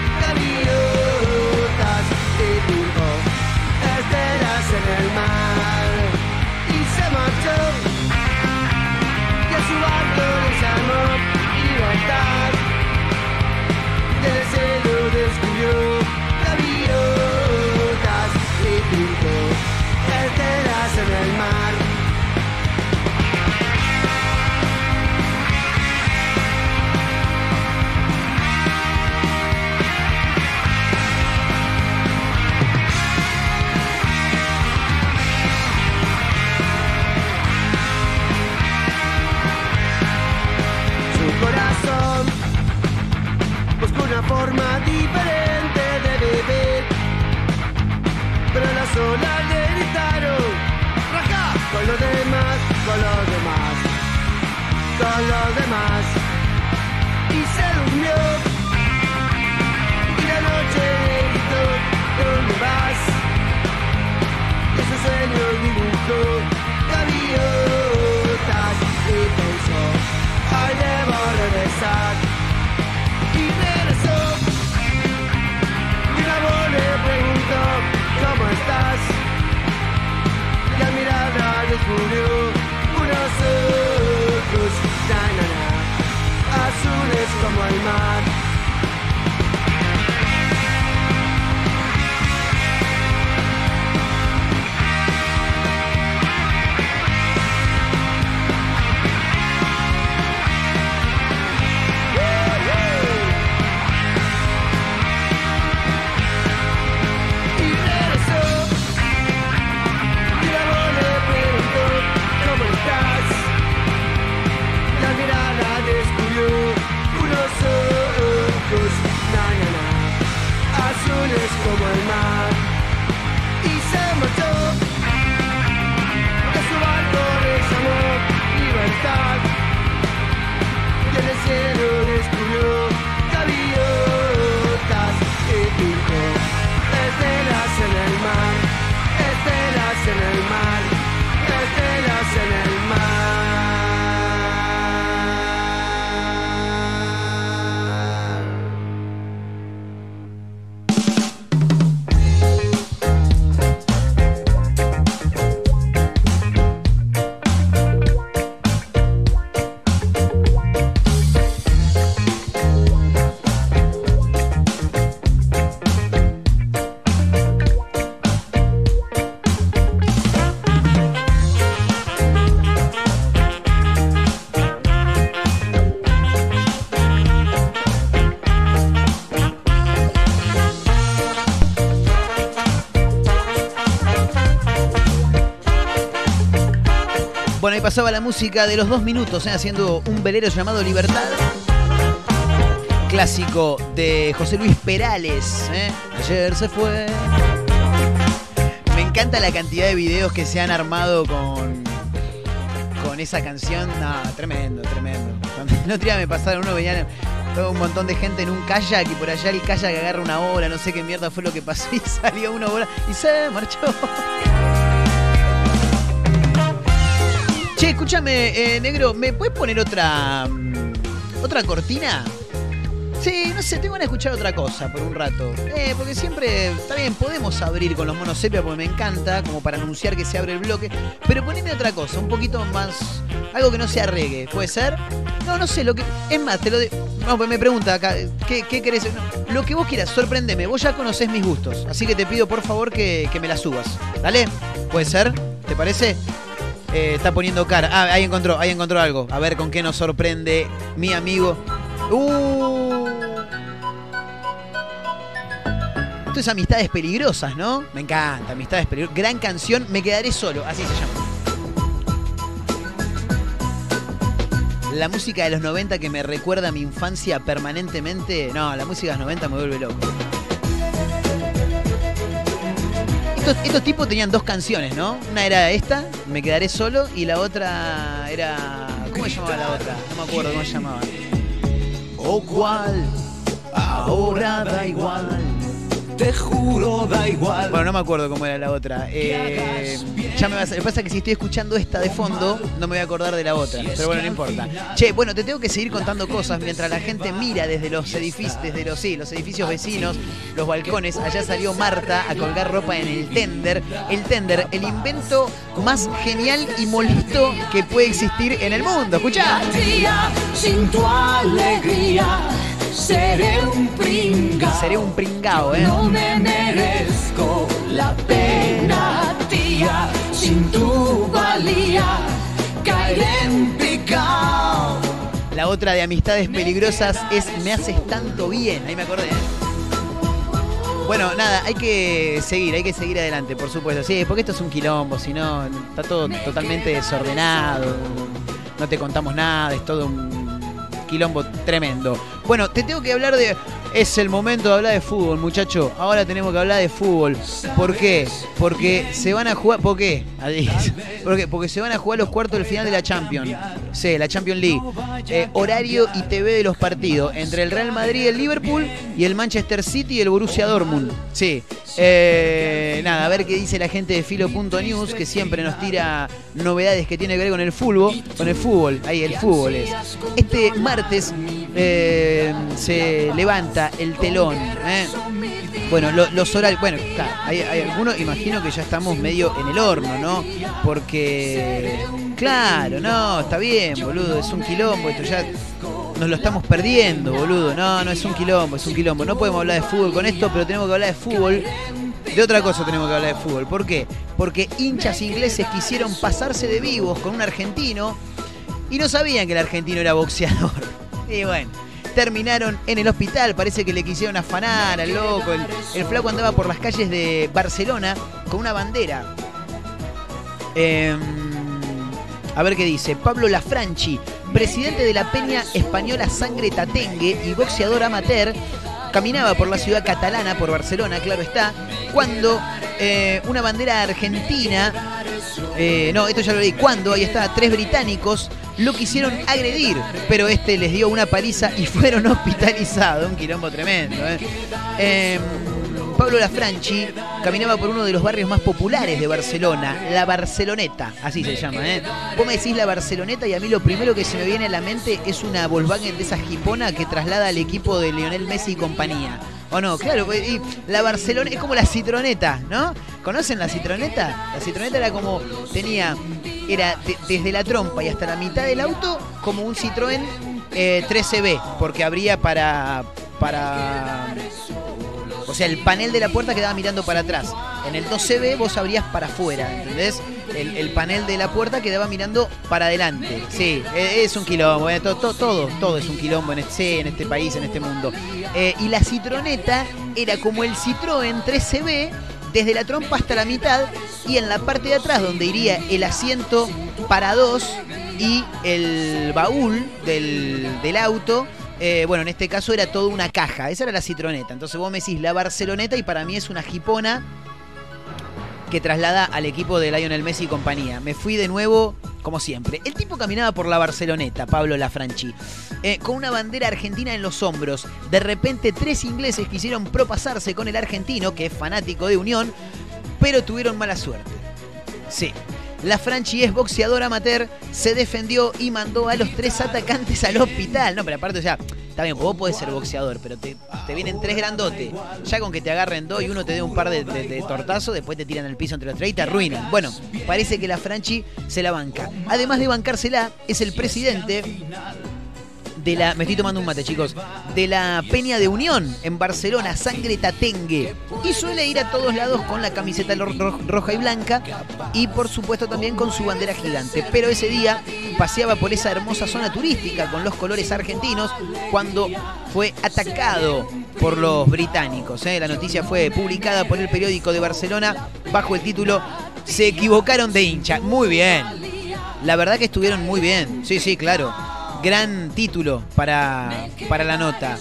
gaviotas y dibujó estelas en el mar. Y se marchó y a su barco le llamó libertad. Y en el cielo descubrió gaviotas y dibujó estelas en el mar. Una forma diferente de vivir, pero las olas le gritaron, ¡raja! Con los demás, y se durmió descubrió unos ojos, na, na, na, azules como el mar. Como el mar, y se marchó, que su barco le llamó libertad, y en el cielo descubrió gaviotas y dijo, estelas en el mar, estelas en el mar, estelas en el mar. Bueno, ahí pasaba la música de los 2 minutos, haciendo un velero llamado Libertad. Clásico de José Luis Perales. Ayer se fue. Me encanta la cantidad de videos que se han armado con esa canción. No, tremendo, tremendo. El otro día me pasaron uno, veían todo un montón de gente en un kayak y por allá el kayak agarra una ola, no sé qué mierda fue lo que pasó y salió una ola y se marchó. Che, escúchame, negro, ¿me puedes poner otra cortina? Sí, no sé, tengo ganas de escuchar otra cosa por un rato. Porque siempre, está bien, podemos abrir con los monos sepia porque me encanta, como para anunciar que se abre el bloque. Pero poneme otra cosa, un poquito más, algo que no sea reggae, ¿puede ser? No sé, lo que, es más, te lo de... No, pues me pregunta acá, ¿qué querés? No, lo que vos quieras, sorpréndeme, vos ya conocés mis gustos, así que te pido por favor que me la subas. ¿Dale? ¿Puede ser? ¿Te parece? Está poniendo cara. Ah, ahí encontró algo. A ver con qué nos sorprende mi amigo. Esto es Amistades Peligrosas, ¿no? Me encanta, Amistades Peligrosas. Gran canción, Me Quedaré Solo, así se llama. La música de los 90 que me recuerda a mi infancia permanentemente. No, la música de los 90 me vuelve loco. Estos tipos tenían 2 canciones, ¿no? Una era esta, Me Quedaré Solo, y la otra era... ¿Cómo se llamaba la otra? No me acuerdo cómo se llamaba. O cuál, ahora da igual, te juro da igual. Bueno, no me acuerdo cómo era la otra. Ya me vas a... Lo que pasa es que si estoy escuchando esta de fondo, no me voy a acordar de la otra. Pero bueno, no importa. Che, bueno, te tengo que seguir contando cosas mientras la gente mira desde los edificios, los edificios vecinos, los balcones. Allá salió Marta a colgar ropa en el tender. El tender, el invento más genial y molesto que puede existir en el mundo. Escuchá. Sin tu alegría seré un pringao. Seré un pringao, No me merezco la pena, tía. Sin tu valía caeré en picao. La otra de Amistades Peligrosas es Me haces tanto bien. Ahí me acordé. Bueno, nada, hay que seguir adelante, por supuesto. Sí, porque esto es un quilombo, si no, está todo totalmente desordenado. No te contamos nada, es todo un quilombo tremendo. Bueno, te tengo que hablar de... Es el momento de hablar de fútbol, muchacho. Ahora tenemos que hablar de fútbol. ¿Por qué? Porque se van a jugar... ¿Por qué? ¿Por qué? Porque se van a jugar los cuartos del final de la Champions. Sí, la Champions League. Horario y TV de los partidos. Entre el Real Madrid y el Liverpool y el Manchester City y el Borussia Dortmund. Sí. Nada, a ver qué dice la gente de Filo.news, que siempre nos tira novedades que tiene que ver con el fútbol. Con el fútbol. Ahí, el fútbol es. Este martes se levanta el telón Bueno, los horarios, bueno, claro, hay algunos, imagino que ya estamos medio en el horno, ¿no? Porque, claro, no, está bien, boludo, es un quilombo, esto ya nos lo estamos perdiendo, boludo, no es un quilombo, no podemos hablar de fútbol con esto, pero tenemos que hablar de fútbol, de otra cosa tenemos que hablar de fútbol, ¿por qué? Porque hinchas ingleses quisieron pasarse de vivos con un argentino y no sabían que el argentino era boxeador, y bueno, terminaron en el hospital, parece que le quisieron afanar al loco. El flaco andaba por las calles de Barcelona con una bandera. A ver qué dice. Pablo Lafranchi, presidente de la peña española Sangre Tatengue y boxeador amateur, caminaba por la ciudad catalana, por Barcelona, claro está, cuando una bandera argentina... no, esto ya lo leí. Cuando, ahí está, 3 británicos lo quisieron agredir, pero este les dio una paliza y fueron hospitalizados. Un quilombo tremendo, Pablo Lafranchi caminaba por uno de los barrios más populares de Barcelona, la Barceloneta, así se llama, Vos me decís la Barceloneta y a mí lo primero que se me viene a la mente es una Volkswagen de esa jipona que traslada al equipo de Lionel Messi y compañía. ¿O no? Claro, y la Barcelona es como la Citroneta, ¿no? ¿Conocen la Citroneta? La Citroneta era como, era desde la trompa y hasta la mitad del auto como un Citroën 13B, porque abría para... O sea, el panel de la puerta quedaba mirando para atrás. En el 12B vos abrías para afuera, ¿entendés? El panel de la puerta quedaba mirando para adelante. Sí, es un quilombo, todo es un quilombo en este país, en este mundo. Y la Citroneta era como el Citroën 13B, desde la trompa hasta la mitad, y en la parte de atrás, donde iría el asiento para 2 y el baúl del auto... bueno, en este caso era toda una caja. Esa era la Citroneta. Entonces vos me decís la Barceloneta y para mí es una jipona que traslada al equipo de Lionel Messi y compañía. Me fui de nuevo, como siempre. El tipo caminaba por la Barceloneta, Pablo Lafranchi, con una bandera argentina en los hombros. De repente 3 ingleses quisieron propasarse con el argentino, que es fanático de Unión, pero tuvieron mala suerte. Sí. Lafranchi es boxeador amateur, se defendió y mandó a los 3 atacantes al hospital. No, pero aparte, o sea, está bien, vos podés ser boxeador, pero te vienen 3 grandotes. Ya con que te agarren 2 y uno te dé un par de tortazos, después te tiran al piso entre los 3 y te arruinan. Bueno, parece que Lafranchi se la banca. Además de bancársela, es el presidente de la... Me estoy tomando un mate, chicos. De la Peña de Unión en Barcelona, Sangre Tatengue. Y suele ir a todos lados con la camiseta roja y blanca. Y por supuesto también con su bandera gigante. Pero ese día paseaba por esa hermosa zona turística con los colores argentinos cuando fue atacado por los británicos. La noticia fue publicada por el periódico de Barcelona bajo el título "Se equivocaron de hincha". Muy bien. La verdad que estuvieron muy bien. Sí, claro. Gran título para la nota.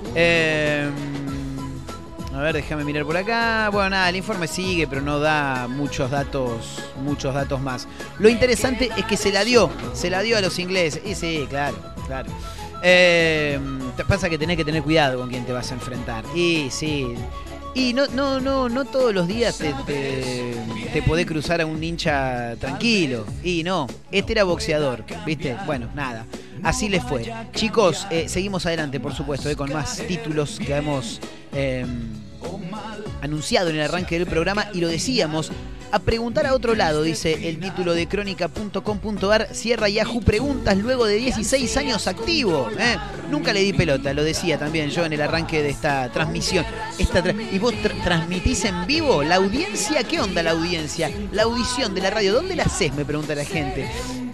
A ver, déjame mirar por acá. Bueno, nada, el informe sigue, pero no da muchos datos más. Lo interesante es que se la dio a los ingleses. Y sí, claro. Pasa que tenés que tener cuidado con quién te vas a enfrentar. Y sí. Y no todos los días te podés cruzar a un hincha tranquilo. Y no, este era boxeador, ¿viste? Bueno, nada. Así les fue. Chicos, seguimos adelante, por supuesto, con más títulos que hemos anunciado en el arranque del programa. Y lo decíamos, a preguntar a otro lado, dice el título de crónica.com.ar. Cierra Yahoo Preguntas luego de 16 años activo. Nunca le di pelota, lo decía también yo en el arranque de esta transmisión. ¿Y vos transmitís en vivo? ¿La audiencia? ¿Qué onda la audiencia? La audición de la radio, ¿dónde la hacés? Me pregunta la gente.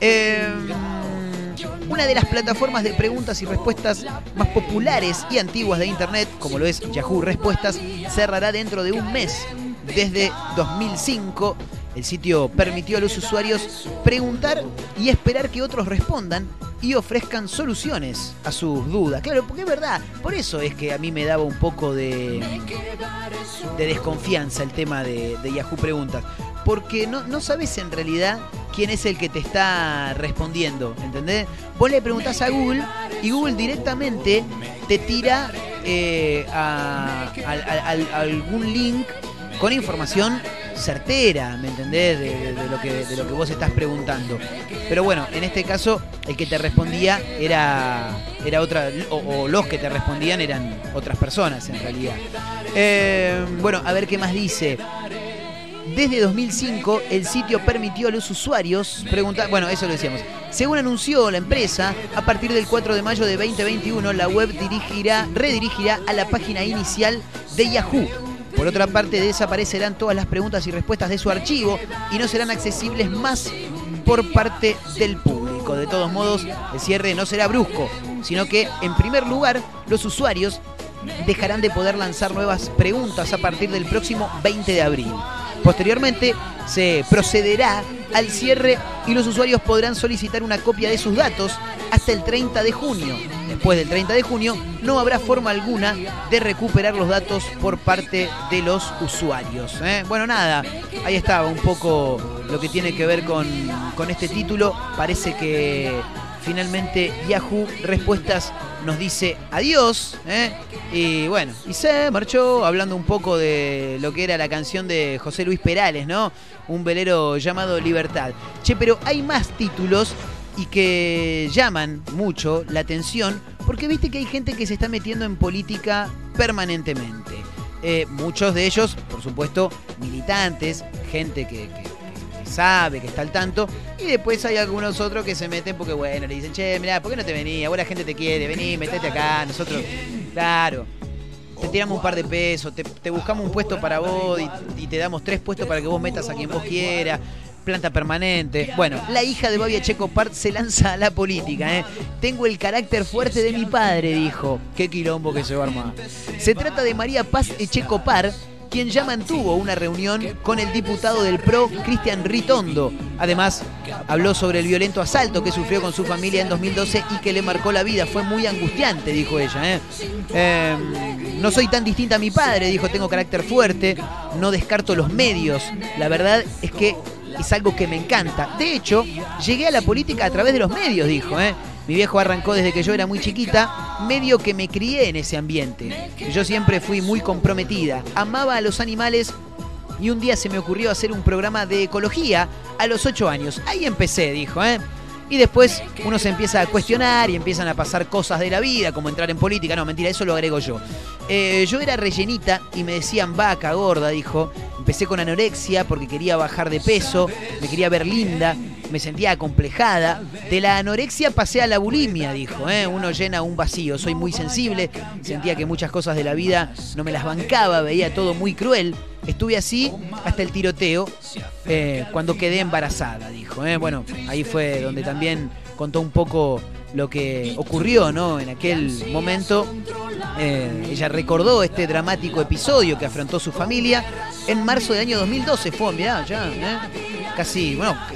Una de las plataformas de preguntas y respuestas más populares y antiguas de Internet, como lo es Yahoo Respuestas, cerrará dentro de un mes. Desde 2005, el sitio permitió a los usuarios preguntar y esperar que otros respondan y ofrezcan soluciones a sus dudas. Claro, porque es verdad, por eso es que a mí me daba un poco de desconfianza el tema de Yahoo Preguntas. Porque no sabes en realidad quién es el que te está respondiendo, ¿entendés? Vos le preguntás a Google y Google directamente te tira a algún link con información certera, ¿me entendés? De lo que vos estás preguntando. Pero bueno, en este caso, el que te respondía era otra, o los que te respondían eran otras personas en realidad. Bueno, a ver qué más dice. Desde 2005, el sitio permitió a los usuarios preguntar... Bueno, eso lo decíamos. Según anunció la empresa, a partir del 4 de mayo de 2021, la web redirigirá a la página inicial de Yahoo. Por otra parte, desaparecerán todas las preguntas y respuestas de su archivo y no serán accesibles más por parte del público. De todos modos, el cierre no será brusco, sino que, en primer lugar, los usuarios dejarán de poder lanzar nuevas preguntas a partir del próximo 20 de abril. Posteriormente se procederá al cierre y los usuarios podrán solicitar una copia de sus datos hasta el 30 de junio. Después del 30 de junio no habrá forma alguna de recuperar los datos por parte de los usuarios. Bueno, nada, ahí estaba un poco lo que tiene que ver con este título. Parece que finalmente Yahoo Respuestas nos dice adiós, y bueno, y se marchó hablando un poco de lo que era la canción de José Luis Perales, ¿no? Un velero llamado Libertad. Che, pero hay más títulos y que llaman mucho la atención, porque viste que hay gente que se está metiendo en política permanentemente. Muchos de ellos, por supuesto, militantes, gente que sabe, que está al tanto, y después hay algunos otros que se meten porque, bueno, le dicen, che, mirá, ¿por qué no te venís? Ahora la gente te quiere, vení, metete acá, nosotros, claro, te tiramos un par de pesos, te buscamos un puesto para vos y te damos 3 puestos para que vos metas a quien vos quieras, planta permanente. Bueno, la hija de Babi Echecopar se lanza a la política, Tengo el carácter fuerte de mi padre, dijo. Qué quilombo que se va a armar. Se trata de María Paz Echecopar, quien ya mantuvo una reunión con el diputado del PRO, Cristian Ritondo. Además, habló sobre el violento asalto que sufrió con su familia en 2012 y que le marcó la vida. Fue muy angustiante, dijo ella. No soy tan distinta a mi padre, dijo, tengo carácter fuerte, no descarto los medios. La verdad es que es algo que me encanta. De hecho, llegué a la política a través de los medios, dijo. Mi viejo arrancó desde que yo era muy chiquita, medio que me crié en ese ambiente. Yo siempre fui muy comprometida, amaba a los animales y un día se me ocurrió hacer un programa de ecología a los 8 años. Ahí empecé, dijo, Y después uno se empieza a cuestionar y empiezan a pasar cosas de la vida, como entrar en política. No, mentira, eso lo agrego yo. Yo era rellenita y me decían vaca gorda, dijo. Empecé con anorexia porque quería bajar de peso, me quería ver linda, me sentía acomplejada. De la anorexia pasé a la bulimia, dijo. Uno llena un vacío, soy muy sensible, sentía que muchas cosas de la vida no me las bancaba, veía todo muy cruel. Estuve así hasta el tiroteo, cuando quedé embarazada, dijo. Bueno, ahí fue donde también contó un poco lo que ocurrió, ¿no? En aquel momento. Ella recordó este dramático episodio que afrontó su familia en marzo del año 2012. Fue, mirá, ya, casi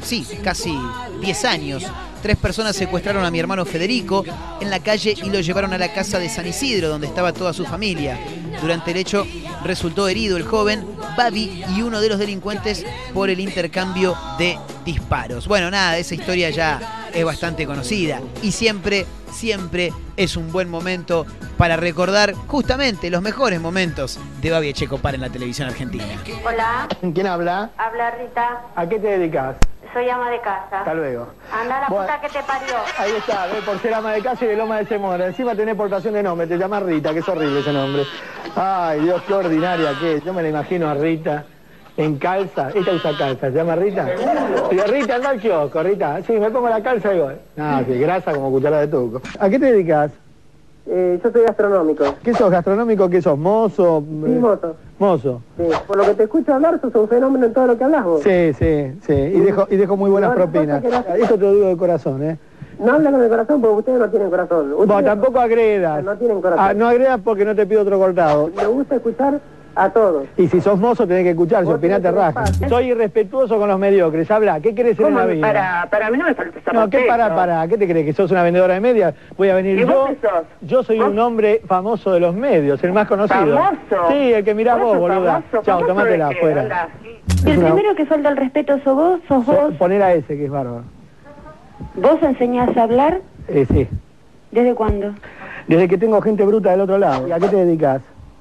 10 años. 3 personas secuestraron a mi hermano Federico en la calle y lo llevaron a la casa de San Isidro, donde estaba toda su familia. Durante el hecho resultó herido el joven Babi y uno de los delincuentes por el intercambio de disparos. Bueno, nada, esa historia ya es bastante conocida y siempre es un buen momento para recordar justamente los mejores momentos de Babi Echecopar en la televisión argentina. Hola. ¿Quién habla? Habla Rita. ¿A qué te dedicas? Soy ama de casa. Hasta luego. Anda la puta que te parió. Ahí está, por ser ama de casa y de Loma de Zamora. Encima tenés portación de nombre, te llamas Rita, que es horrible ese nombre. Ay, Dios, qué ordinaria que es. Yo me la imagino a Rita en calza. Esta usa calza, ¿se llama Rita? Digo, Rita, anda al kiosco, Rita. Sí, me pongo la calza y digo, no, que grasa como cuchara de tuco. ¿A qué te dedicas? Yo soy gastronómico. ¿Qué sos gastronómico? ¿Qué sos? ¿Mozo? Sí, mozo. Mozo. Sí. Por lo que te escucho hablar, sos un fenómeno en todo lo que hablas vos. Sí. Y dejo muy buenas propinas. Eso te lo digo de corazón, No hablan de corazón porque ustedes no tienen corazón. Vos tampoco agredas. No tienen corazón. No agredas porque no te pido otro cortado. Me gusta escuchar a todos. Y si sos mozo tenés que escuchar, si opinás te rajas. Soy irrespetuoso con los mediocres. Habla, ¿qué querés ser en la vida? Para mí no me falta esa No, ¿qué para? ¿Qué te crees? ¿Que sos una vendedora de medias? Voy a venir yo. Yo soy un hombre famoso de los medios, el más conocido. ¿Famoso? Sí, el que mirás vos, boluda. Chao, tomátela afuera. ¿Y el primero que falta el respeto sos vos? Poner a ese, que es bárbaro. ¿Vos enseñás a hablar? Sí. ¿Desde cuándo? Desde que tengo gente bruta del otro lado. ¿Y a qué te dedicas?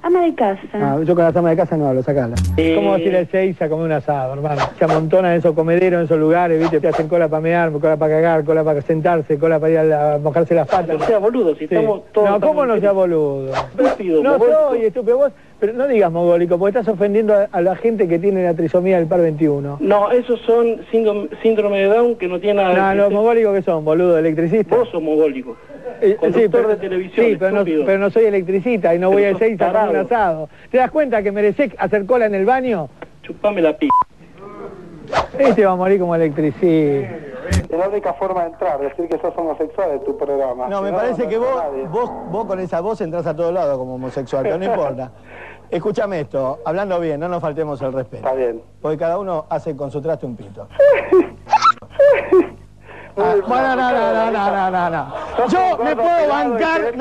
Ama de casa. Ah, yo con las amas de casa no hablo, sacala. ¿Cómo decir el 6 a comer un asado, hermano? Se amontonan en esos comederos, en esos lugares, ¿viste? Te hacen cola para mear, cola para cagar, cola para sentarse, cola para ir a mojarse las patas. No sea boludo, si estamos todos... No, ¿cómo no sea boludo? Estúpido, No mogólico. soy estúpido, vos, pero no digas mogólico, porque estás ofendiendo a la gente que tiene la trisomía del par 21. No, esos son síndrome de Down que no tiene nada... No, los mogólicos que son, boludo, electricistas. Vos sos mogólico. Sí, Conductor de televisión, sí, pero no soy electricista y no voy al 6 a comer un asado. ¿Te das cuenta que merecés hacer cola en el baño? Chupame la p***. Este va a morir como electricista. Es la única forma de entrar, decir que sos homosexual de tu programa. No, me parece que vos con esa voz entras a todos lados como homosexual, pero no importa. Escúchame esto, hablando bien, no nos faltemos el respeto. Está bien. Porque cada uno hace con su traste un pito. Bueno, no. Yo me puedo bancar.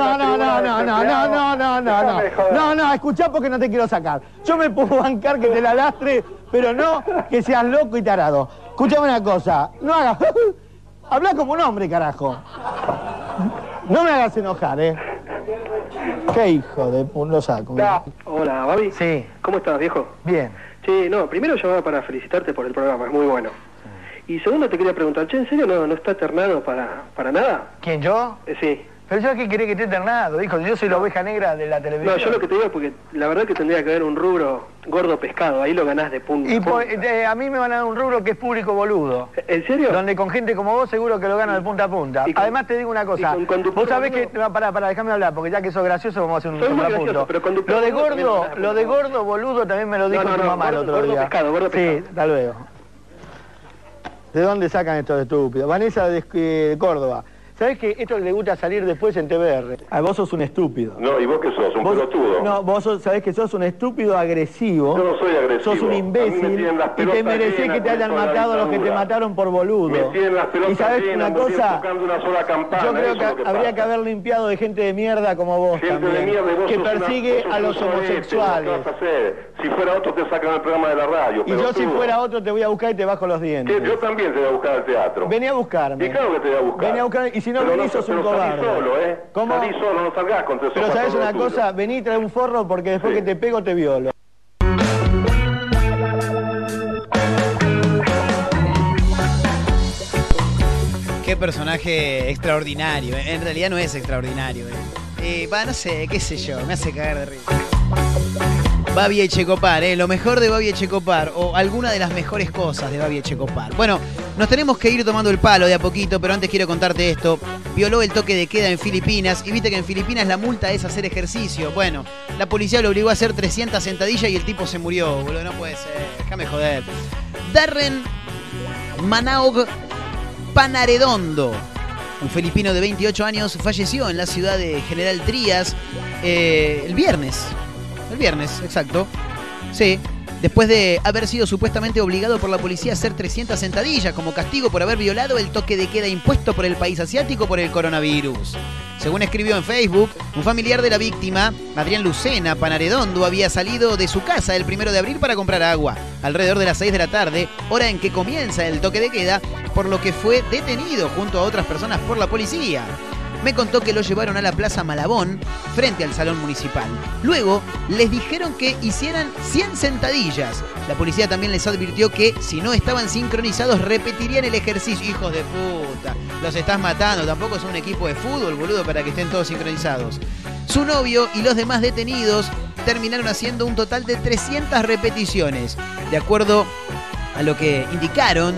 No, escuchá porque no te quiero sacar. Yo me puedo bancar que te la lastre, pero no que seas loco y tarado. Escúchame una cosa, no hagas. Habla como un hombre, carajo. No me hagas enojar, Qué hijo de lo saco. Hola, Babi. Sí. ¿Cómo estás, viejo? Bien. Sí, no, primero llamaba para felicitarte por el programa, es muy bueno. Y segundo te quería preguntar, che, ¿en serio no está ternado para nada? ¿Quién, yo? Sí. Pero yo qué querés que esté ternado, hijo, yo soy la oveja negra de la televisión. No, yo lo que te digo es porque la verdad que tendría que haber un rubro gordo pescado, ahí lo ganás de punta. Y a mí me van a dar un rubro que es público boludo. ¿En serio? Donde con gente como vos seguro que lo gano de punta a punta. Además te digo una cosa, vos sabés que... Pará, déjame hablar, porque ya que sos gracioso vamos a hacer un contrapunto. Lo de gordo boludo también me lo dijo tu mamá el otro día. Gordo pescado. Sí, hasta luego. ¿De dónde sacan estos estúpidos? Vanessa de Córdoba. ¿Sabés que esto le gusta salir después en TBR? Vos sos un estúpido. No, ¿y vos qué sos? ¿Un pelotudo? No, vos sabés que sos un estúpido agresivo. Yo no soy agresivo. Sos un imbécil y te merecés que te hayan matado los que te mataron por boludo. Y sabés una cosa, yo creo que habría que haber limpiado de gente de mierda como vos también, que persigue a los homosexuales. Si fuera otro te sacan el programa de la radio. Y yo si fuera otro te voy a buscar y te bajo los dientes. Yo también te voy a buscar al teatro. Vení a buscarme. Y claro que te voy a buscar. Vení a buscarme y si no venís sos un cobarde. Salí solo, ¿Cómo? Salí solo, no salgás con tres. Pero sabés una cosa, vení y trae un forro porque después que te pego te violo. Qué personaje extraordinario. En realidad no es extraordinario. No sé, qué sé yo, me hace cagar de risa. Babi Echecopar, lo mejor de Babi Echecopar, o alguna de las mejores cosas de Babi Echecopar. Bueno, nos tenemos que ir tomando el palo de a poquito, pero antes quiero contarte esto. Violó el toque de queda en Filipinas, y viste que en Filipinas la multa es hacer ejercicio. Bueno, la policía lo obligó a hacer 300 sentadillas y el tipo se murió, boludo, no puede ser, déjame joder. Darren Manaog Panaredondo, un filipino de 28 años, falleció en la ciudad de General Trias el viernes. El viernes, exacto. Sí, después de haber sido supuestamente obligado por la policía a hacer 300 sentadillas como castigo por haber violado el toque de queda impuesto por el país asiático por el coronavirus. Según escribió en Facebook, un familiar de la víctima, Adrián Lucena Panaredondo, había salido de su casa el 1 de abril para comprar agua, alrededor de las 6 de la tarde, hora en que comienza el toque de queda, por lo que fue detenido junto a otras personas por la policía. Me contó que lo llevaron a la Plaza Malabón, frente al Salón Municipal. Luego, les dijeron que hicieran 100 sentadillas. La policía también les advirtió que, si no estaban sincronizados, repetirían el ejercicio. Hijos de puta, los estás matando. Tampoco son un equipo de fútbol, boludo, para que estén todos sincronizados. Su novio y los demás detenidos terminaron haciendo un total de 300 repeticiones. De acuerdo a lo que indicaron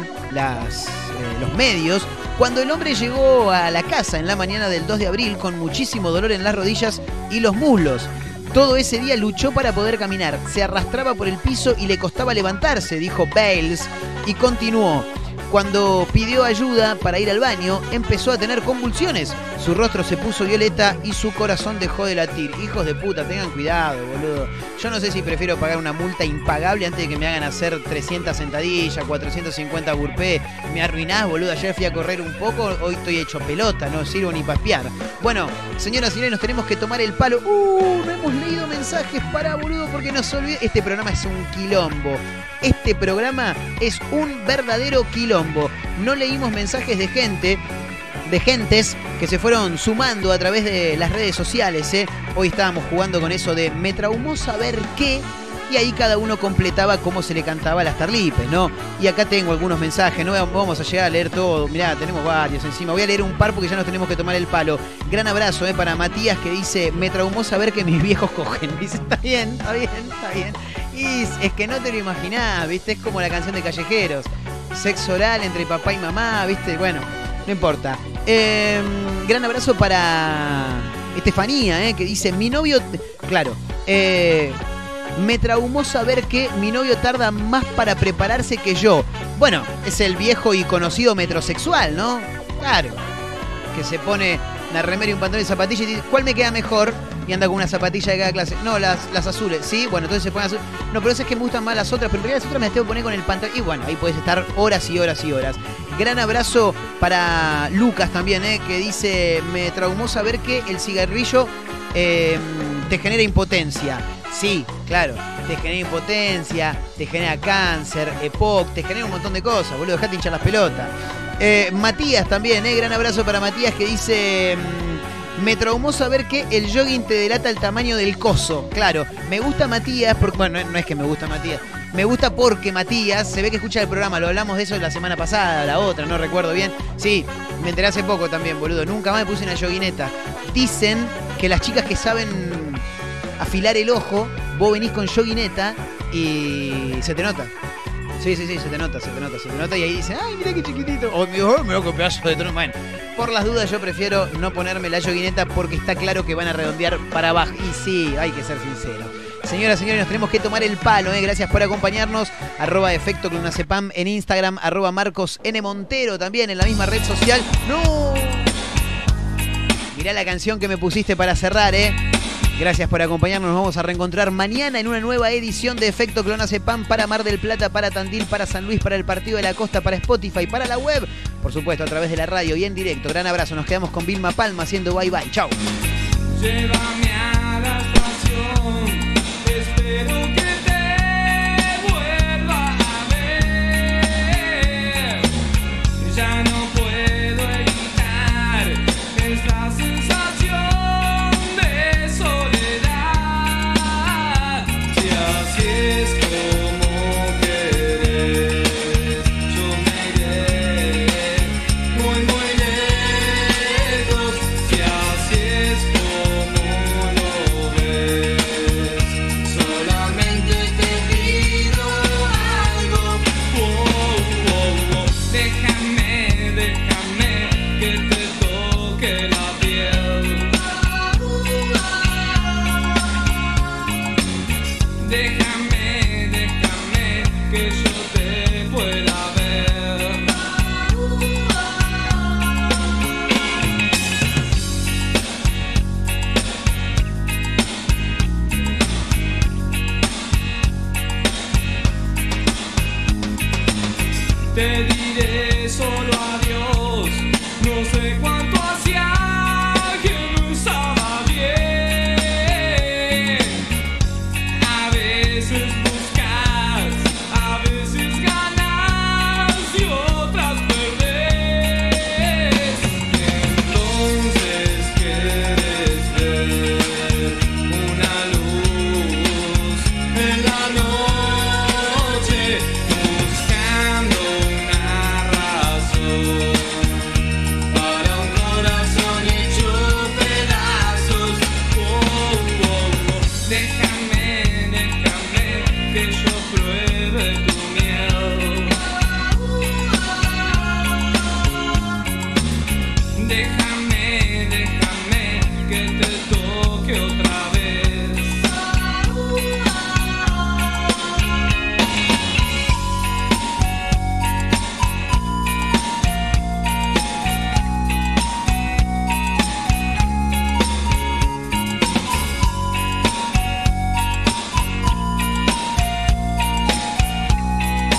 los medios, cuando el hombre llegó a la casa en la mañana del 2 de abril con muchísimo dolor en las rodillas y los muslos. Todo ese día luchó para poder caminar, se arrastraba por el piso y le costaba levantarse, dijo Bales, y continuó. Cuando pidió ayuda para ir al baño, empezó a tener convulsiones. Su rostro se puso violeta y su corazón dejó de latir. Hijos de puta, tengan cuidado, boludo. Yo no sé si prefiero pagar una multa impagable antes de que me hagan hacer 300 sentadillas, 450 burpee. Me arruinás, boludo. Ayer fui a correr un poco, hoy estoy hecho pelota, no sirvo ni para espiar. Bueno, señoras y señores, nos tenemos que tomar el palo. No hemos leído mensajes para, boludo, porque no se olvide. Este programa es un quilombo. Este programa es un verdadero quilombo. No leímos mensajes de gente de gentes que se fueron sumando a través de las redes sociales. Hoy estábamos jugando con eso de me traumó saber qué, y ahí cada uno completaba cómo se le cantaba a las tarlipes, ¿no? Y acá tengo algunos mensajes, no vamos a llegar a leer todo, mirá, tenemos varios encima. Voy a leer un par porque ya nos tenemos que tomar el palo. Gran abrazo para Matías, que dice, me traumó saber que mis viejos cogen. Dice, está bien. Y es que no te lo imaginás, ¿viste? Es como la canción de Callejeros. Sexo oral entre papá y mamá, ¿viste? Bueno, no importa. Gran abrazo para Estefanía, que dice, mi novio... Claro, me traumó saber que mi novio tarda más para prepararse que yo. Bueno, es el viejo y conocido metrosexual, ¿no? Claro. Que se pone una remera y un pantalón y zapatilla y dice, ¿cuál me queda mejor? Y anda con una zapatilla de cada clase. No, las azules. Sí, bueno, entonces se pone azul. No, pero eso es que me gustan más las otras, pero en realidad las otras me las tengo que poner con el pantalón. Y bueno, ahí podés estar horas y horas y horas. Gran abrazo para Lucas también, que dice, me traumó saber que el cigarrillo te genera impotencia. Sí, claro, te genera impotencia, te genera cáncer, EPOC, te genera un montón de cosas, boludo, dejate hinchar las pelotas. Matías también, gran abrazo para Matías, que dice, me traumó saber que el jogging te delata el tamaño del coso. Claro, me gusta Matías, porque, bueno, no es que me gusta Matías, me gusta porque Matías se ve que escucha el programa, lo hablamos de eso la semana pasada, la otra, no recuerdo bien. Sí, me enteré hace poco también, boludo, nunca más me puse una joguineta. Dicen que las chicas que saben afilar el ojo, vos venís con joguineta y se te nota. Sí, se te nota. Y ahí dicen, ay, mirá qué chiquitito. O me veo con pedazo de trono. Bueno, por las dudas yo prefiero no ponerme la joguineta porque está claro que van a redondear para abajo. Y sí, hay que ser sincero. Señoras, señores, nos tenemos que tomar el palo, Gracias por acompañarnos. @Efecto Clonacepam en Instagram, @Marcos N. Montero también en la misma red social. ¡No! Mirá la canción que me pusiste para cerrar, Gracias por acompañarnos. Nos vamos a reencontrar mañana en una nueva edición de Efecto Clonacepam para Mar del Plata, para Tandil, para San Luis, para el Partido de la Costa, para Spotify, para la web. Por supuesto, a través de la radio y en directo. Gran abrazo. Nos quedamos con Vilma Palma haciendo bye bye. Chau. Llévame a la estación, espero que te vuelva a ver. Ya no puedo evitar esta sensación de soledad. Si así es como querés, yo me iré muy, muy lejos. Si así es como lo ves, solamente te pido algo. Déjame que te toque la piel. Déjame que yo te pueda ver. Te diré solo adiós, no sé cuánto hacía que no estaba bien. A veces buscas, a veces ganas y otras perdés. Entonces quieres ver una luz en la noche, buscando una razón para un corazón hecho pedazos. Déjame que yo pruebe tu miel. Déjame que te toque otra vez.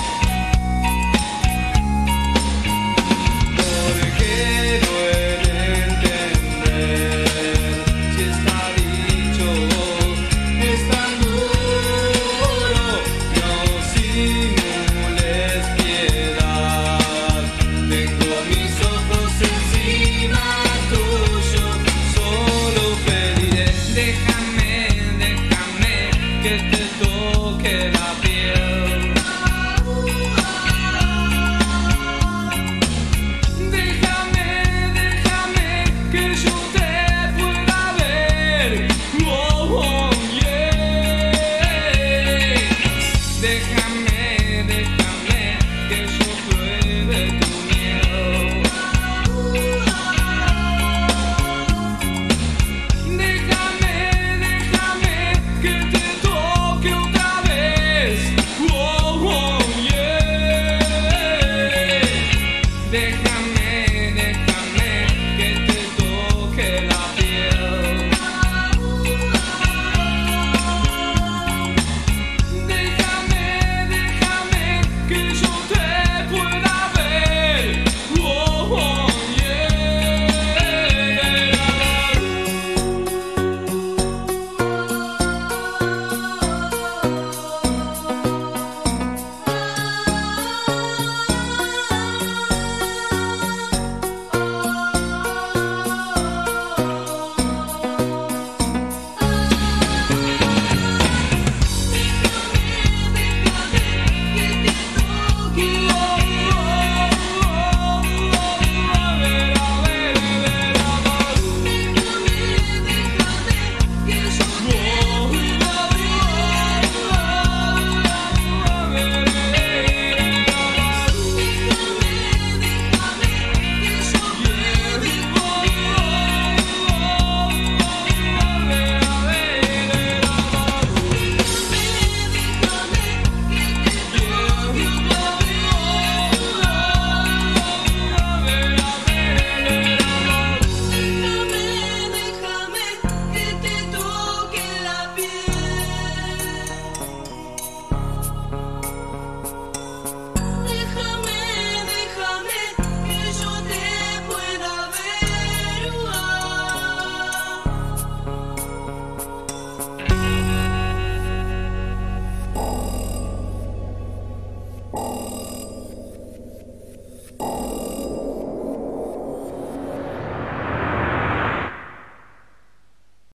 Porque duele Déjame